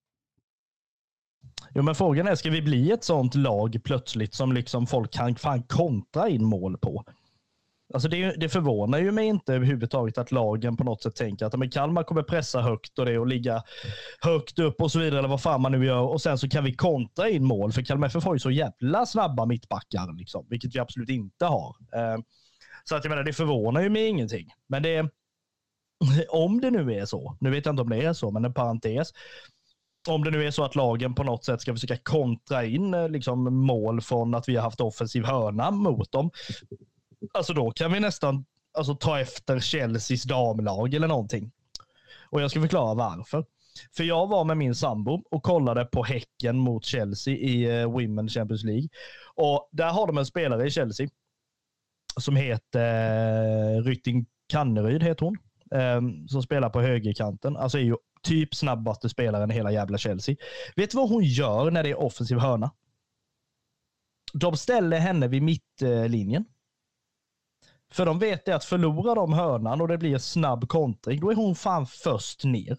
Jo, men frågan är, ska vi bli ett sånt lag plötsligt som liksom folk kan fan kontra in mål på? Alltså det, det förvånar ju mig inte överhuvudtaget att lagen på något sätt tänker att men Kalmar kommer pressa högt och det och ligga högt upp och så vidare eller vad fan man nu gör och sen så kan vi kontra in mål för Kalmar F F har ju så jävla snabba mittbackar liksom, vilket vi absolut inte har. Så att jag menar, det förvånar ju mig ingenting. Men det, om det nu är så, nu vet jag inte om det är så, men en parentes. Om det nu är så att lagen på något sätt ska försöka kontra in liksom, mål från att vi har haft offensiv hörna mot dem. Alltså då kan vi nästan alltså, ta efter Chelseas damlag eller någonting. Och jag ska förklara varför. För jag var med min sambo och kollade på Häcken mot Chelsea i uh, Women Champions League. Och där har de en spelare i Chelsea som heter uh, Rytting Kanneryd heter hon. Um, som spelar på högerkanten. Alltså är ju typ snabbaste spelaren i hela jävla Chelsea. Vet du vad hon gör när det är offensiv hörna? De ställer henne vid mittlinjen. För de vet det att förlorar de hörnan och det blir snabb kontring, då är hon fan först ner.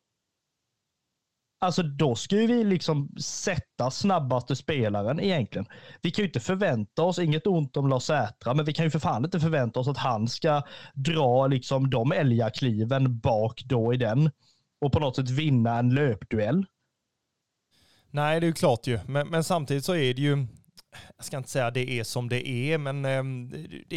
Alltså då ska vi liksom sätta snabbaste spelaren egentligen. Vi kan ju inte förvänta oss, inget ont om Lars Sätra, men vi kan ju för fan inte förvänta oss att han ska dra liksom de älgakliven bak då i den och på något sätt vinna en löpduell. Nej, det är ju klart ju. Men, men samtidigt så är det ju, jag ska inte säga att det är som det är, men eh, det,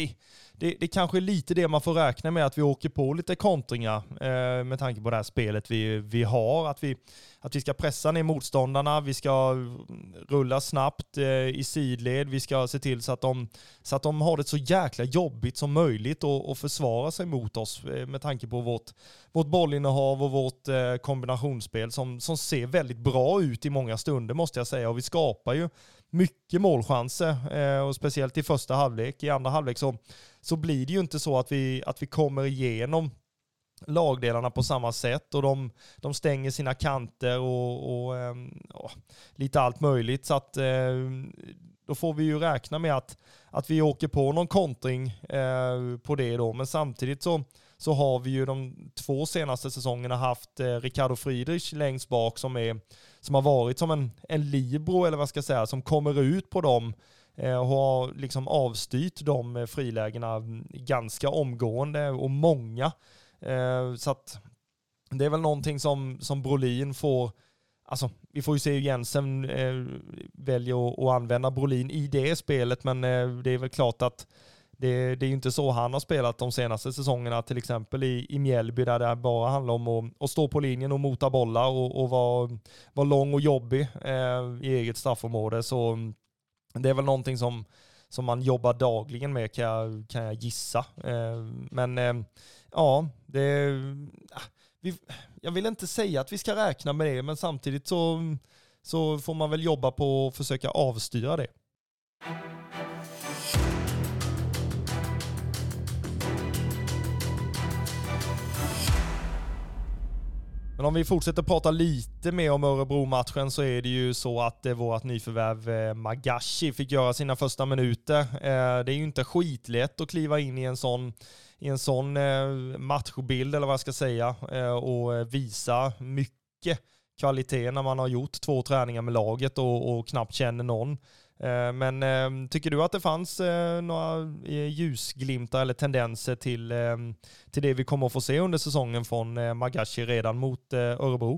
det, det kanske är lite det man får räkna med, att vi åker på lite kontringar eh, med tanke på det här spelet vi, vi har. Att vi, att vi ska pressa ner motståndarna, vi ska rulla snabbt eh, i sidled, vi ska se till så att de, så att de har det så jäkla jobbigt som möjligt och, och försvara sig mot oss eh, med tanke på vårt, vårt bollinnehav och vårt eh, kombinationsspel som, som ser väldigt bra ut i många stunder, måste jag säga. Och vi skapar ju mycket målchanser eh, och speciellt i första halvlek. I andra halvlek så, så blir det ju inte så att vi, att vi kommer igenom lagdelarna på samma sätt och de, de stänger sina kanter och, och eh, ja, lite allt möjligt. Så att eh, då får vi ju räkna med att, att vi åker på någon kontring eh, på det då. Men samtidigt så, så har vi ju de två senaste säsongerna haft eh, Ricardo Friedrich längst bak som, är, som har varit som en, en libero eller vad ska jag säga, som kommer ut på dem eh, och har liksom avstyrt de frilägena ganska omgående och många. Eh, så att det är väl någonting som, som Brolin får, alltså vi får ju se hur Jensen eh, väljer att, att använda Brolin i det spelet, men eh, det är väl klart att det, det är ju inte så han har spelat de senaste säsongerna, till exempel i, i Mjällby där det bara handlar om att, att stå på linjen och mota bollar och, och vara, vara lång och jobbig eh, i eget straffområde. Så det är väl någonting som, som man jobbar dagligen med, kan jag, kan jag gissa. Eh, men eh, ja, det, vi, jag vill inte säga att vi ska räkna med det, men samtidigt så, så får man väl jobba på att försöka avstyra det. Men om vi fortsätter prata lite mer om Örebro-matchen så är det ju så att eh, vårt nyförvärv eh, Magashi fick göra sina första minuter. Eh, det är ju inte skitlätt att kliva in i en sån, i en sån eh, matchbild eller vad jag ska säga eh, och visa mycket kvalitet när man har gjort två träningar med laget och, och knappt känner någon. Eh, men eh, tycker du att det fanns eh, några eh, ljusglimtar eller tendenser till, eh, till det vi kommer att få se under säsongen från eh, Magashi redan mot eh, Örebro?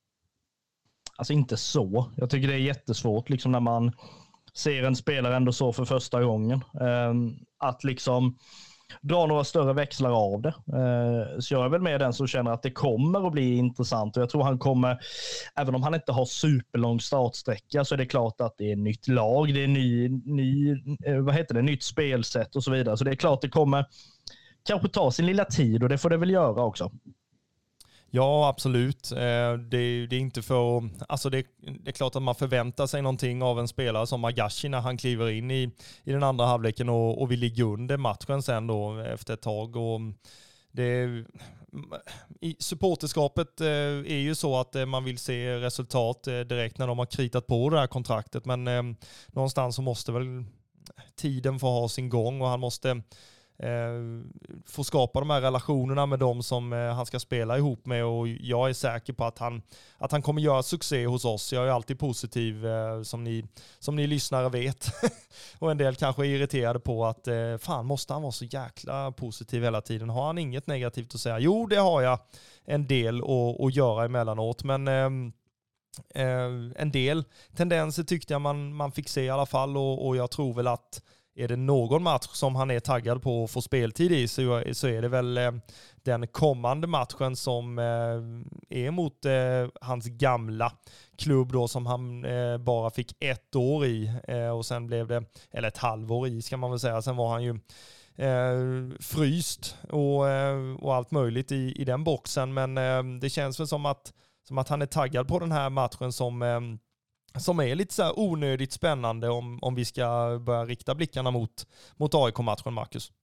Alltså inte så. Jag tycker det är jättesvårt liksom när man ser en spelare ändå så för första gången. Eh, att liksom dra några större växlar av det. Eh, så jag är väl med den som känner att det kommer att bli intressant och jag tror han kommer, även om han inte har superlång startsträcka, så är det klart att det är nytt lag, det är ny, ny, vad heter det, nytt spelsätt och så vidare. Så det är klart det kommer kanske ta sin lilla tid och det får det väl göra också. Ja, absolut. Det, det är inte för, alltså det, det är klart att man förväntar sig någonting av en spelare som Magashi när han kliver in i, i den andra halvleken och, och vi ligger under matchen sen då efter ett tag. Och det, i supporterskapet är ju så att man vill se resultat direkt när de har kritat på det här kontraktet, men eh, någonstans så måste väl tiden få ha sin gång och han måste Eh, få skapa de här relationerna med dem som eh, han ska spela ihop med, och jag är säker på att han, att han kommer göra succé hos oss. Jag är alltid positiv eh, som, ni, som ni lyssnare vet och en del kanske är irriterade på att eh, fan, måste han vara så jäkla positiv hela tiden? Har han inget negativt att säga? Jo, det har jag en del att, att göra emellanåt, men eh, eh, en del tendenser tyckte jag man, man fick se i alla fall, och, och jag tror väl att är det någon match som han är taggad på att få speltid i så, så är det väl eh, den kommande matchen som eh, är mot eh, hans gamla klubb då, som han eh, bara fick ett år i eh, och sen blev det, eller ett halvår i ska man väl säga, sen var han ju eh, fryst och, eh, och allt möjligt i, i den boxen, men eh, det känns väl som att, som att han är taggad på den här matchen som eh, som är lite så här onödigt spännande om, om vi ska börja rikta blickarna mot, mot A I K-matchen, Marcus.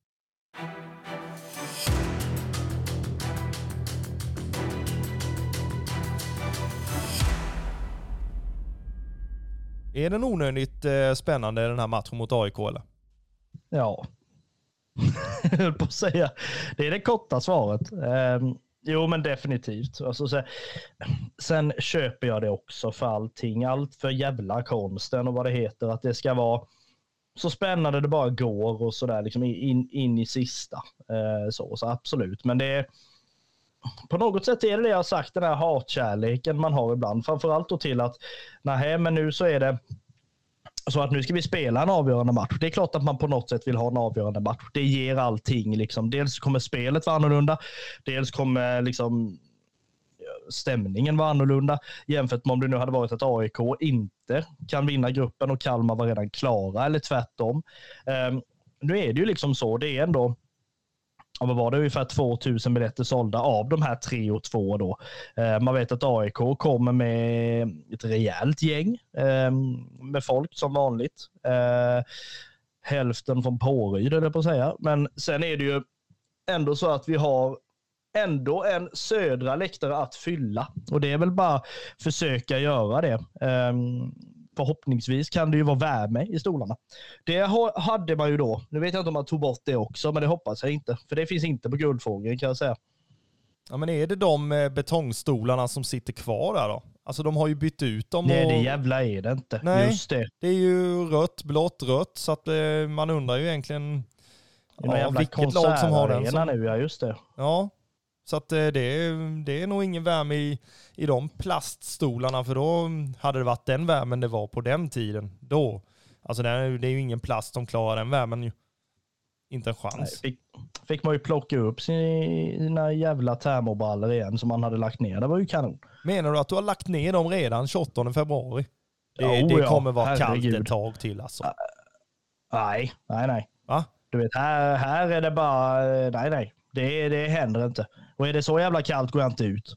Är den onödigt eh, spännande den här matchen mot A I K eller? Ja. Jag höll på att säga. Det är det korta svaret. Um... Jo, men definitivt. Alltså, så, sen köper jag det också för allting. Allt för jävla konsten och vad det heter. Att det ska vara så spännande det bara går och sådär liksom in, in i sista. Eh, så, så absolut. Men det är, på något sätt är det det jag har sagt, den här hatkärleken man har ibland. Framförallt då till att nej, men nu så är det Så att nu ska vi spela en avgörande match. Det är klart att man på något sätt vill ha en avgörande match. Det ger allting. Liksom. Dels kommer spelet vara annorlunda. Dels kommer liksom stämningen var annorlunda jämfört med om det nu hade varit att A I K inte kan vinna gruppen och Kalmar var redan klara eller tvärtom. Um, nu är det ju liksom så. Det är ändå ja, vad var det, ungefär tvåtusen biljetter sålda av de här tre och två då. Uh, man vet att A I K kommer med ett rejält gäng um, med folk som vanligt. Uh, hälften från Påryd eller på att säga. Men sen är det ju ändå så att vi har ändå en södra läktare att fylla. Och det är väl bara försöka göra det. Um, förhoppningsvis kan det ju vara värme i stolarna. Det ha, hade man ju då. Nu vet jag inte om man tog bort det också, men det hoppas jag inte. För det finns inte på Guldfågeln kan jag säga. Ja, men är det de betongstolarna som sitter kvar där då? Alltså de har ju bytt ut dem. Nej, och... det jävla är det inte. Nej, just det. Det är ju rött, blått, rött. Så att eh, man undrar ju egentligen ja, vilket lag som har den. Som... nu, ja, just det. Ja. Så att det är, det är nog ingen värme i, i de plaststolarna, för då hade det varit den värmen det var på den tiden. Då, alltså det är, det är ju ingen plast som klarar den värmen ju. Inte en chans. Nej, fick, fick man ju plocka upp sina jävla termoballer igen som man hade lagt ner. Det var ju kanon. Menar du att du har lagt ner dem redan tjugoåttonde februari? Det, oh, det ja, kommer vara herregud. kallt ett tag till alltså. Uh, nej, nej, nej. Va? Du vet, här, här är det bara, nej, nej. Det, det händer inte. Och är det så jävla kallt går jag inte ut.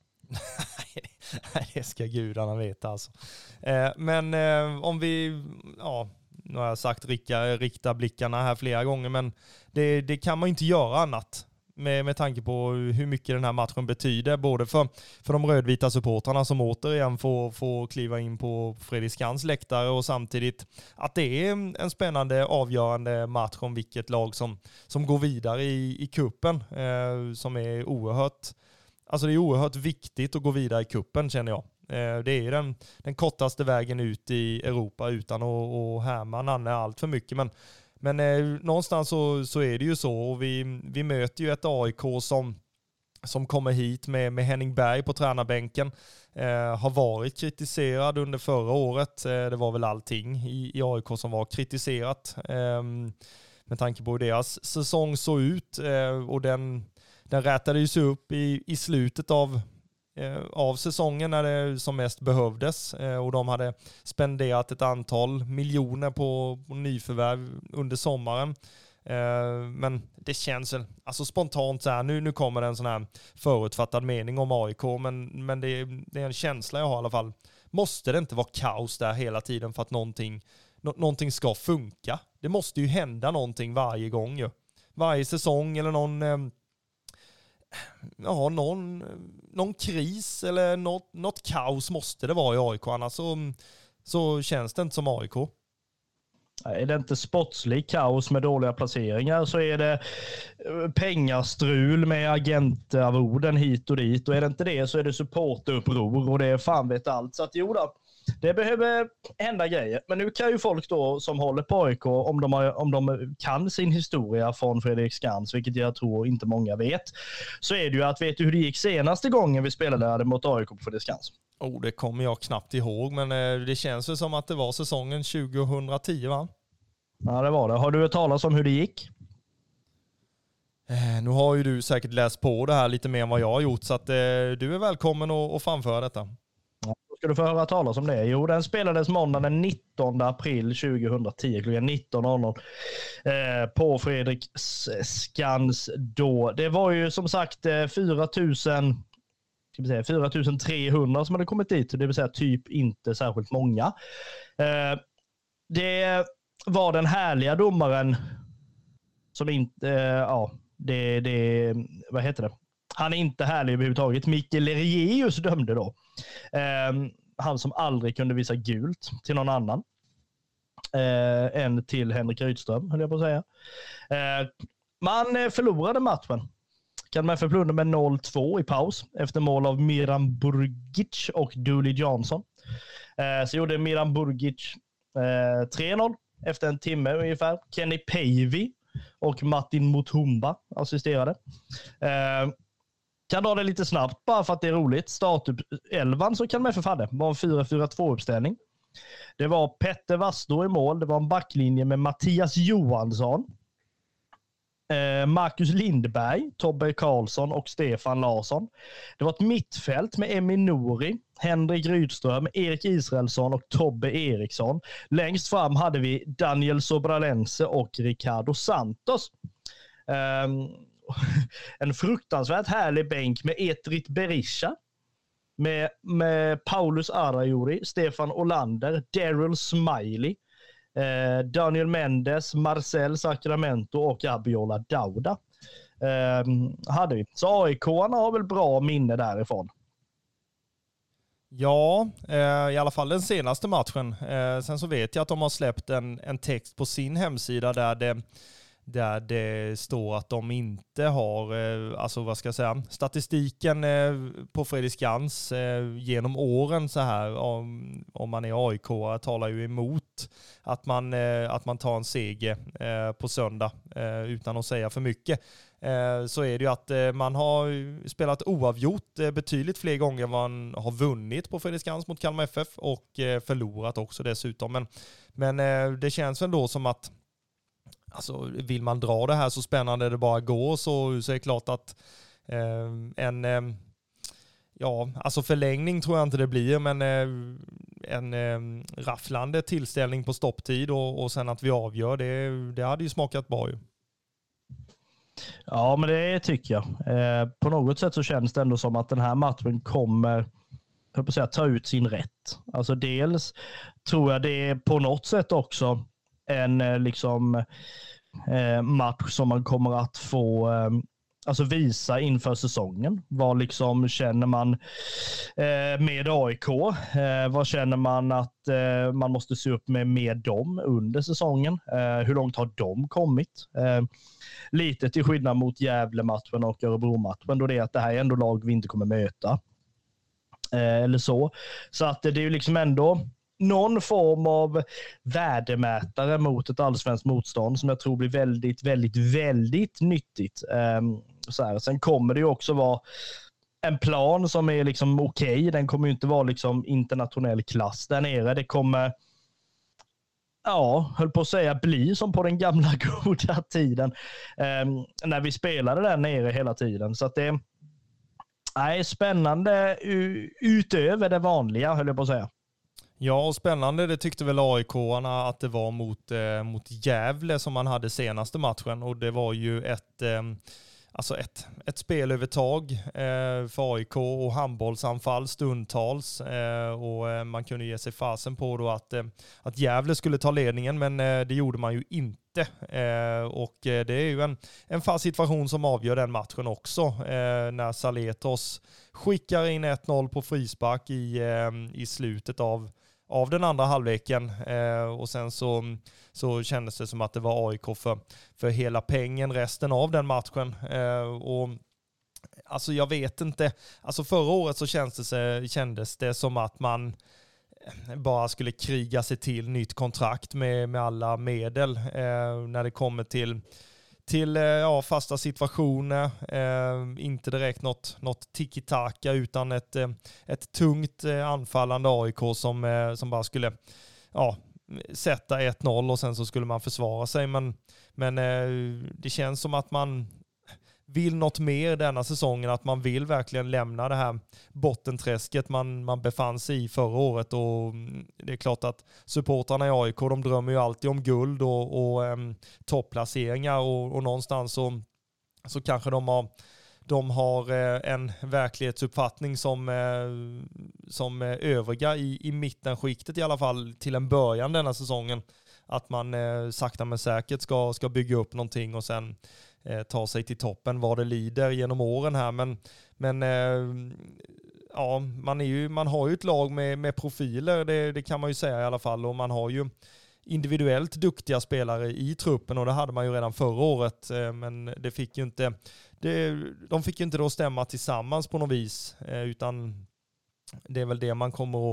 Nej, det ska gudarna veta alltså. Eh, men eh, om vi, ja, nu har jag sagt rikta, rikta blickarna här flera gånger, men det, det kan man inte göra annat med, med tanke på hur mycket den här matchen betyder, både för, för de rödvita supportrarna som återigen får, får kliva in på Fredriksskans läktare och samtidigt att det är en spännande avgörande match om vilket lag som, som går vidare i, i kuppen eh, som är oerhört, alltså det är oerhört viktigt att gå vidare i kuppen känner jag. Eh, det är den, den kortaste vägen ut i Europa utan att, att härma Nanne allt för mycket, men Men eh, någonstans så, så är det ju så, och vi, vi möter ju ett A I K som, som kommer hit med, med Henning Berg på tränarbänken. Eh, har varit kritiserad under förra året. Eh, det var väl allting i, i A I K som var kritiserat. Eh, med tanke på hur deras säsong såg ut. Eh, och den, den rätade ju sig upp i, i slutet av av säsongen när det som mest behövdes, och de hade spenderat ett antal miljoner på, på nyförvärv under sommaren. Men det känns väl alltså spontant så här, nu, nu kommer det en sån här förutfattad mening om A I K, men, men det, är, det är en känsla jag har i alla fall. Måste det inte vara kaos där hela tiden för att någonting, no, någonting ska funka? Det måste ju hända någonting varje gång ju. Varje säsong eller någon ja, någon, någon kris eller något, något kaos måste det vara i A I K, annars så, så känns det inte som A I K. Är det inte sportslig kaos med dåliga placeringar så är det pengastrul med agentarvoden hit och dit, och är det inte det så är det supporteruppror och det är fan vet allt. Så att jo då, det behöver hända grejer. Men nu kan ju folk då som håller på A I K, om de, har, om de kan sin historia från Fredriksskans, vilket jag tror inte många vet, så är det ju att vet du hur det gick senaste gången vi spelade mot A I K på Fredriksskans? Oh, det kommer jag knappt ihåg, men det känns ju som att det var säsongen tjugohundratio, va? Ja, det var det. Har du hört talas om hur det gick? Eh, nu har ju du säkert läst på det här lite mer än vad jag har gjort, så att eh, du är välkommen att, att framföra detta. Ja, då ska du få höra talas om det. Jo, den spelades måndag den nittonde april tjugohundratio klockan nitton noll noll eh, på Fredriksskans då. Det var ju som sagt eh, fyra tusen ska vi säga, fyra tusen trehundra som hade kommit dit, det vill säga typ inte särskilt många. Eh, det var den härliga domaren som inte, eh, ja, det, det, vad heter det? Han är inte härlig överhuvudtaget. Mikael Lerieus dömde då. Eh, han som aldrig kunde visa gult till någon annan eh, än till Henrik Rydström, höll jag på att säga. Eh, man förlorade matchen. Kan man förplunda med noll två i paus efter mål av Miran Burgic och Dooley Johnson. Eh, så gjorde Miran Burgic eh, tre noll efter en timme ungefär. Kenny Päivi och Martin Mutumba assisterade. Eh, kan dra det lite snabbt bara för att det är roligt. Startup elvan så kan man förfadda. Det var en fyra fyra två uppställning. Det var Petter Wastå i mål. Det var en backlinje med Mattias Johansson, eh, Marcus Lindberg, Tobbe Karlsson och Stefan Larsson. Det var ett mittfält med Emi Nouri, Henrik Rydström, Erik Israelsson och Tobbe Eriksson. Längst fram hade vi Daniel Sobralense och Ricardo Santos. Um, en fruktansvärt härlig bänk med Etrit Berisha, med, med Paulus Arajuri, Stefan Olander, Daryl Smiley, eh, Daniel Mendes, Marcel Sacramento och Abiola Dauda. Eh, hade vi. Så A I K-arna har väl bra minne därifrån. Ja, eh, i alla fall den senaste matchen. Eh, sen så vet jag att de har släppt en, en text på sin hemsida där det där det står att de inte har, alltså vad ska jag säga, statistiken på Fredriksskans genom åren så här, om, om man är A I K talar ju emot att man, att man tar en seger på söndag utan att säga för mycket. Så är det ju att man har spelat oavgjort betydligt fler gånger än man har vunnit på Fredriksskans mot Kalmar F F och förlorat också dessutom. Men, men det känns väl då som att alltså, vill man dra det här så spännande det bara går, så, så är det klart att eh, en eh, ja, alltså förlängning tror jag inte det blir, men eh, en eh, rafflande tillställning på stopptid och, och sen att vi avgör, det, det hade ju smakat bra ju. Ja, men det tycker jag. Eh, på något sätt så känns det ändå som att den här matchen kommer, jag på säga, ta ut sin rätt. Alltså dels tror jag det är på något sätt också en liksom eh, match som man kommer att få eh, alltså visa inför säsongen. Vad liksom känner man eh, med A I K? Eh, vad känner man att eh, man måste se upp med med dem under säsongen? Eh, hur långt har de kommit? Eh, lite till skillnad mot Gävle-matchen och Örebro-matchen, då det är att det här är ändå lag vi inte kommer möta. Eh, eller så. Så att det är ju liksom ändå någon form av värdemätare mot ett allsvenskt motstånd som jag tror blir väldigt, väldigt, väldigt nyttigt. Um, så här. Sen kommer det ju också vara en plan som är liksom okej. Okay. Den kommer ju inte vara liksom internationell klass där nere. Det kommer, ja, höll på att säga, bli som på den gamla goda tiden um, när vi spelade där nere hela tiden. Så att det är spännande utöver det vanliga, höll jag på att säga. Ja, och spännande det tyckte väl A I K-arna att det var mot, eh, mot Gävle som man hade senaste matchen, och det var ju ett, eh, alltså ett, ett spelövertag eh, för A I K och handbollsanfall stundtals, eh, och eh, man kunde ge sig fasen på då att, eh, att Gävle skulle ta ledningen, men eh, det gjorde man ju inte. Eh, och eh, det är ju en, en fast situation som avgör den matchen också, eh, när Saletros skickar in ett noll på frispark i, eh, i slutet av av den andra halvleken, eh, och sen så, så kändes det som att det var A I K för, för hela pengen resten av den matchen. Eh, och alltså jag vet inte, alltså förra året så kändes det, kändes det som att man bara skulle kriga sig till nytt kontrakt med, med alla medel eh, när det kommer till till ja, fasta situationer, eh, inte direkt något, något tiki-taka utan ett, ett tungt anfallande A I K som, eh, som bara skulle ja, sätta ett noll och sen så skulle man försvara sig. Men, men eh, det känns som att man vill något mer denna säsongen, att man vill verkligen lämna det här bottenträsket man, man befann sig i förra året, och det är klart att supportrarna i A I K, de drömmer ju alltid om guld och, och um, topplaceringar, och, och någonstans så, så kanske de har, de har eh, en verklighetsuppfattning som, eh, som eh, övriga i, i mittenskiktet i alla fall till en början denna säsongen, att man eh, sakta men säkert ska, ska bygga upp någonting och sen eh, ta sig till toppen vad det lider genom åren här. Men, men eh, ja, man, är ju, man har ju ett lag med, med profiler, det, det kan man ju säga i alla fall, och man har ju individuellt duktiga spelare i truppen, och det hade man ju redan förra året, eh, men det fick ju inte det, de fick ju inte då stämma tillsammans på något vis, eh, utan det är väl det man kommer att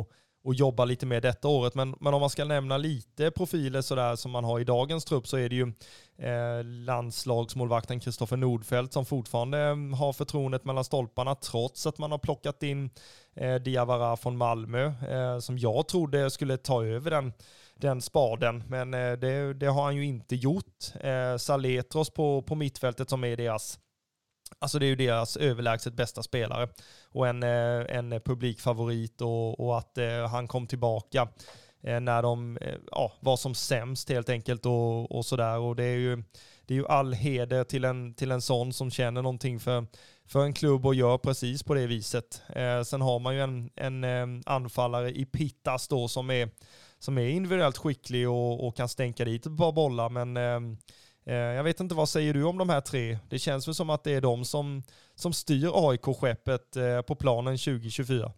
och jobba lite med detta året. Men, men om man ska nämna lite profiler sådär som man har i dagens trupp, så är det ju eh, landslagsmålvakten Kristoffer Nordfeldt som fortfarande har förtroendet mellan stolparna trots att man har plockat in eh, Diawara från Malmö eh, som jag trodde skulle ta över den den spaden, men eh, det, det har han ju inte gjort. Eh, Saletros på, på mittfältet som är deras, alltså det är ju deras överlägset bästa spelare och en, eh, en publikfavorit och, och att eh, han kom tillbaka eh, när de eh, ja, var som sämst helt enkelt och, och sådär, och det är ju det är ju all heder till en, till en sån som känner någonting för, för en klubb och gör precis på det viset. Eh, sen har man ju en, en eh, anfallare i Pittas då som är som är individuellt skicklig och, och kan stänka dit ett par bollar. Men eh, jag vet inte, vad säger du om de här tre? Det känns väl som att det är de som, som styr A I K-skeppet eh, på planen tjugo tjugofyra.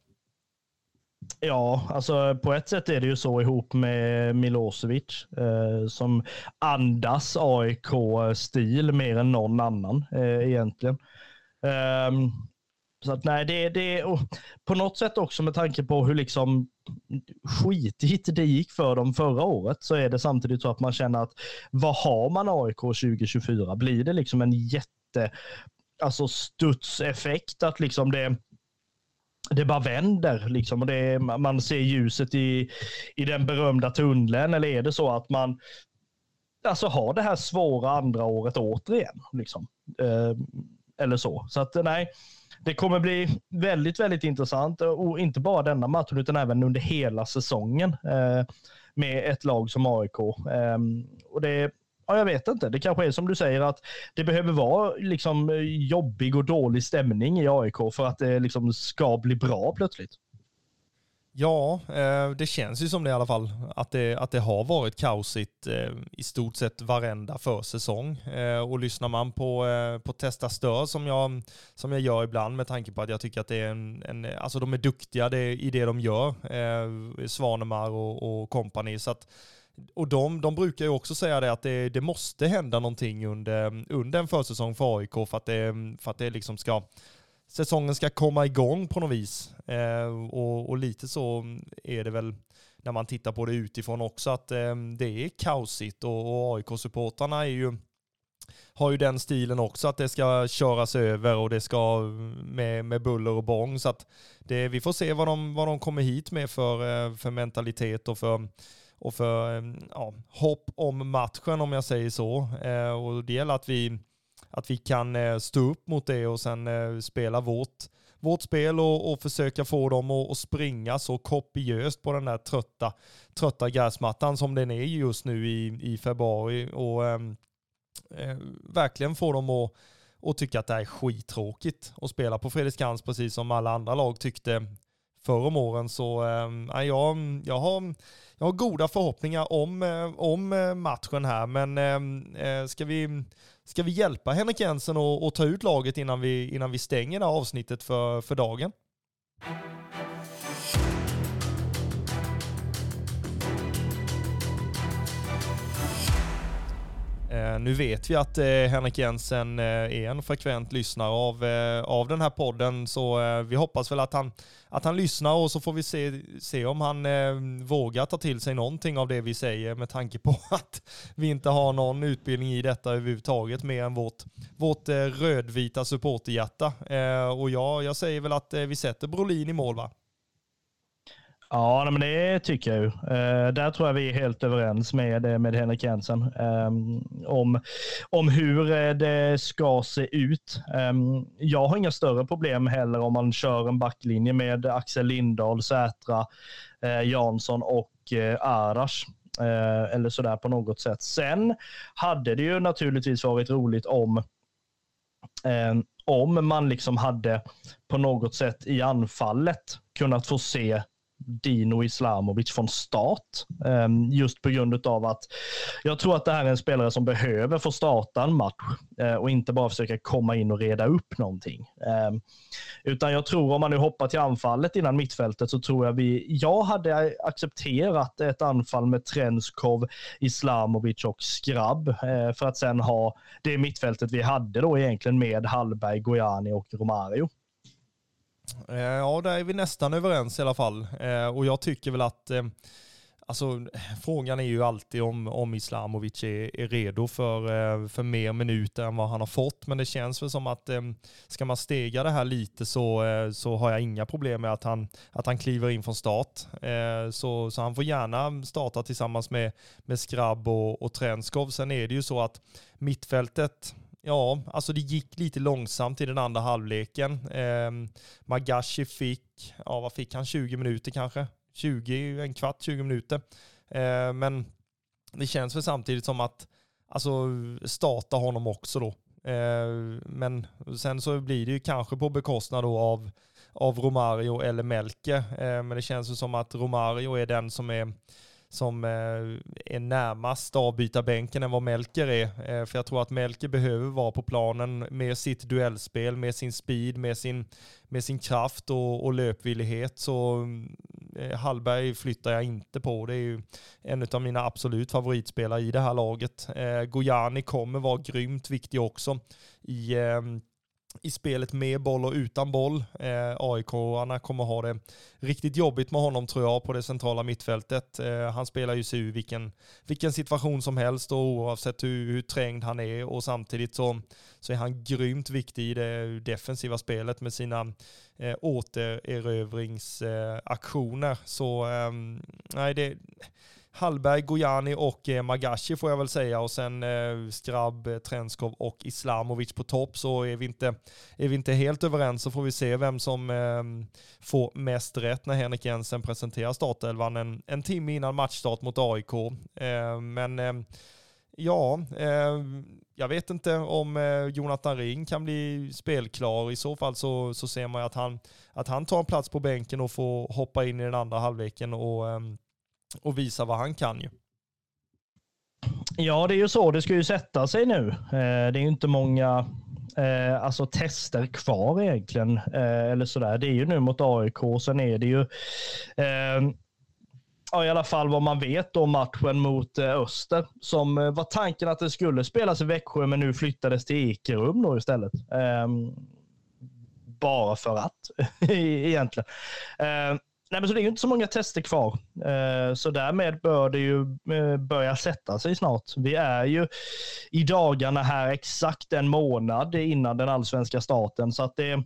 Ja, alltså på ett sätt är det ju så ihop med Milosevic eh, som andas A I K-stil mer än någon annan eh, egentligen. Um, Så att nej, det, det och på något sätt också med tanke på hur liksom skitigt det gick för dem förra året, så är det samtidigt så att man känner att vad har man A I K tjugo tjugofyra? Blir det liksom en jätte alltså studseffekt att liksom det det bara vänder liksom och det, man ser ljuset i, i den berömda tunneln, eller är det så att man alltså har det här svåra andra året återigen liksom eh, eller så. Så att nej, det kommer bli väldigt, väldigt intressant, och inte bara denna matchen utan även under hela säsongen eh, med ett lag som A I K. Eh, och det, ja, jag vet inte, det kanske är som du säger att det behöver vara liksom jobbig och dålig stämning i A I K för att det liksom ska bli bra plötsligt. Ja, det känns ju som det i alla fall, att det, att det har varit kaosigt i stort sett varenda försäsong. Och lyssnar man på, på Testa Stör som jag, som jag gör ibland, med tanke på att jag tycker att det är en, en alltså de är duktiga det, i det de gör, Svanemar och, och company, så att och de, de brukar ju också säga det att det, det måste hända någonting under, under en försäsong för A I K för att det, för att det liksom ska säsongen ska komma igång på något vis. Eh, och, och lite så är det väl när man tittar på det utifrån också, att eh, det är kaosigt, och, och A I K-supportarna är ju, har ju den stilen också, att det ska köras över och det ska med, med buller och bång, så att det, vi får se vad de, vad de kommer hit med för, för mentalitet och för och för ja, hopp om matchen, om jag säger så. Eh, och det gäller att vi att vi kan eh, stå upp mot det och sen eh, spela vårt, vårt spel och, och försöka få dem att, att springa så kopiöst på den där trötta, trötta gräsmattan som den är just nu i, i februari, och eh, eh, verkligen få dem att, att tycka att det är skittråkigt att spela på Fredriksskans, precis som alla andra lag tyckte förra om åren. Så äh, jag, jag, har, jag har goda förhoppningar om, äh, om matchen här, men äh, ska, vi, ska vi hjälpa Henrik Jensen att, att ta ut laget innan vi, innan vi stänger det här avsnittet för, för dagen? Eh, nu vet vi att eh, Henrik Jensen eh, är en frekvent lyssnare av, eh, av den här podden, så eh, vi hoppas väl att han, att han lyssnar, och så får vi se, se om han eh, vågar ta till sig någonting av det vi säger, med tanke på att vi inte har någon utbildning i detta överhuvudtaget, mer än vårt, vårt eh, rödvita supporterhjärta. Eh, och ja, jag säger väl att eh, vi sätter Brolin i mål, va? Ja, men det tycker jag ju. Uh, där tror jag vi är helt överens med, med Henrik Jensen um, om, om hur det ska se ut. Um, jag har inga större problem heller om man kör en backlinje med Axel Lindahl, Sätra, uh, Jansson och uh, Arash. Uh, eller sådär på något sätt. Sen hade det ju naturligtvis varit roligt om uh, om man liksom hade på något sätt i anfallet kunnat få se Dino Islamovic från start, just på grund av att jag tror att det här är en spelare som behöver få starta en match och inte bara försöka komma in och reda upp någonting. Utan jag tror, om man nu hoppar till anfallet innan mittfältet, så tror jag vi, jag hade accepterat ett anfall med Trenskov, Islamovic och Skrabb, för att sen ha det mittfältet vi hade då egentligen med Hallberg, Gojani och Romario. Ja, där är vi nästan överens i alla fall. Och jag tycker väl att alltså, frågan är ju alltid om, om Islamovic är, är redo för, för mer minuter än vad han har fått. Men det känns väl som att ska man stega det här lite så, så har jag inga problem med att han, att han kliver in från start. Så, så han får gärna starta tillsammans med, med Skrabb och, och Trenskov. Sen är det ju så att mittfältet, ja, alltså det gick lite långsamt i den andra halvleken. Eh, Magashi fick, ja vad fick han, tjugo minuter kanske? tjugo, en kvart, tjugo minuter. Eh, men det känns väl samtidigt som att alltså starta honom också då. Eh, men sen så blir det ju kanske på bekostnad då av, av Romario eller Melke. Eh, men det känns ju som att Romario är den som är som är närmast avbytarbänken än vad Melker är. För jag tror att Melker behöver vara på planen med sitt duellspel, med sin speed, med sin, med sin kraft och, och löpvillighet. Så Hallberg flyttar jag inte på. Det är ju en av mina absolut favoritspelare i det här laget. Gojani kommer vara grymt viktig också i i spelet med boll och utan boll. Eh, A I K-arna kommer ha det riktigt jobbigt med honom tror jag på det centrala mittfältet. Eh, han spelar ju sig ur vilken, vilken situation som helst och oavsett hur, hur trängd han är och samtidigt så, så är han grymt viktig i det defensiva spelet med sina eh, återerövringsaktioner. Eh, så eh, nej det Hallberg, Gojani och eh, Magashi får jag väl säga och sen eh, Skrabb, Trenskov och Islamovic på topp så är vi inte, är vi inte helt överens så får vi se vem som eh, får mest rätt när Henrik Jensen presenterar startelvan en, en timme innan matchstart mot A I K. Eh, men eh, ja, eh, jag vet inte om eh, Jonathan Ring kan bli spelklar. I så fall så, så ser man att han, att han tar en plats på bänken och får hoppa in i den andra halvleken och eh, och visa vad han kan ju. Ja, det är ju så. Det ska ju sätta sig nu. Eh, det är ju inte många eh, alltså tester kvar egentligen. Eh, eller sådär. Det är ju nu mot A I K. Sen är det ju eh, ja, i alla fall vad man vet om matchen mot eh, Öster. Som eh, var tanken att det skulle spelas i Växjö men nu flyttades till Ekerum då istället. Eh, bara för att egentligen. Eh, Nej, men så det är ju inte så många tester kvar. Så därmed bör det ju börja sätta sig snart. Vi är ju i dagarna här exakt en månad innan den allsvenska starten. Så att det,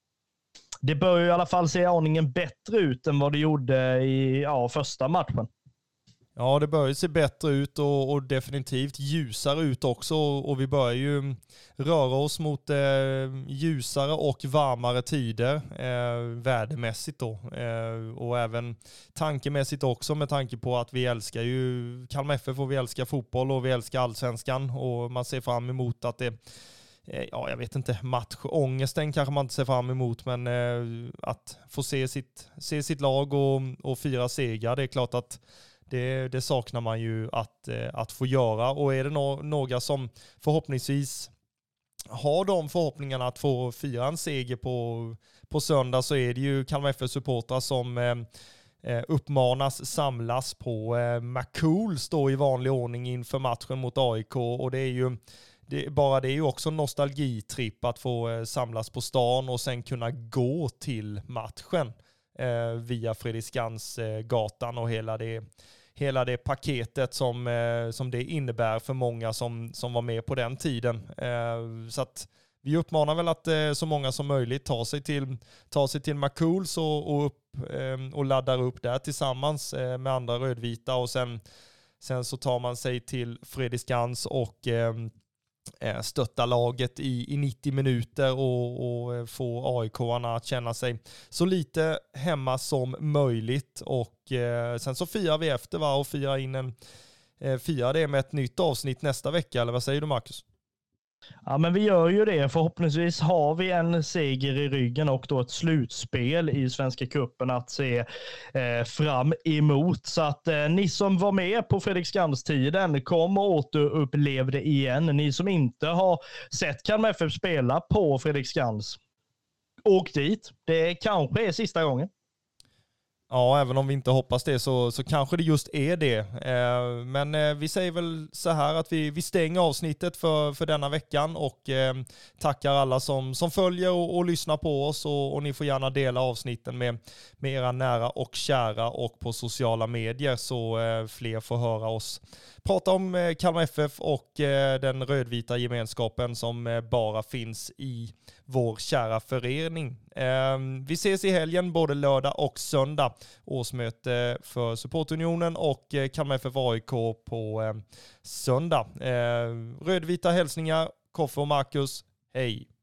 det bör ju i alla fall se aningen bättre ut än vad det gjorde i ja, första matchen. Ja, det börjar se bättre ut och, och definitivt ljusare ut också. Och vi börjar ju röra oss mot eh, ljusare och varmare tider eh, värdemässigt då. Eh, och även tankemässigt också med tanke på att vi älskar ju Kalmar F F och vi älskar fotboll och vi älskar allsvenskan. Och man ser fram emot att det eh, ja, jag vet inte, matchångesten kanske man inte ser fram emot, men eh, att få se sitt, se sitt lag och, och fira seger, det är klart att Det, det saknar man ju att, att få göra. Och är det no- några som förhoppningsvis har de förhoppningarna att få fira en seger på, på söndag så är det ju Kalmar F F-supportrar som eh, uppmanas samlas på eh, McCools då i vanlig ordning inför matchen mot A I K. Och det är ju det, bara det är ju också en nostalgitripp att få eh, samlas på stan och sen kunna gå till matchen eh, via Fredriksskansgatan och hela det hela det paketet som, eh, som det innebär för många som, som var med på den tiden. Eh, så att vi uppmanar väl att eh, så många som möjligt tar sig till, tar sig till McCools och, och, upp, eh, och laddar upp där tillsammans eh, med andra rödvita och sen, sen så tar man sig till Fredriksskans och eh, stötta laget i, i nittio minuter och, och få A I K-arna att känna sig så lite hemma som möjligt. Och eh, sen så firar vi efter va? Och firar in en eh, firar det med ett nytt avsnitt nästa vecka, eller vad säger du Marcus? Ja, men vi gör ju det. Förhoppningsvis har vi en seger i ryggen och då ett slutspel i Svenska cupen att se eh, fram emot. Så att eh, ni som var med på Fredriksskans-tiden, kom och återupplev det igen. Ni som inte har sett Kalmar F F spela på Fredriksskans, åk dit. Det kanske är sista gången. Ja, även om vi inte hoppas det så, så kanske det just är det. Eh, men eh, vi säger väl så här att vi, vi stänger avsnittet för, för denna veckan och eh, tackar alla som, som följer och, och lyssnar på oss och, och ni får gärna dela avsnitten med, med era nära och kära och på sociala medier så eh, fler får höra oss prata om eh, Kalmar F F och eh, den rödvita gemenskapen som eh, bara finns i vår kära förening. Eh, vi ses i helgen både lördag och söndag. Årsmöte för Supportunionen och eh, Kalmar F F A I K på eh, söndag. Eh, rödvita hälsningar, Koffe och Marcus. Hej!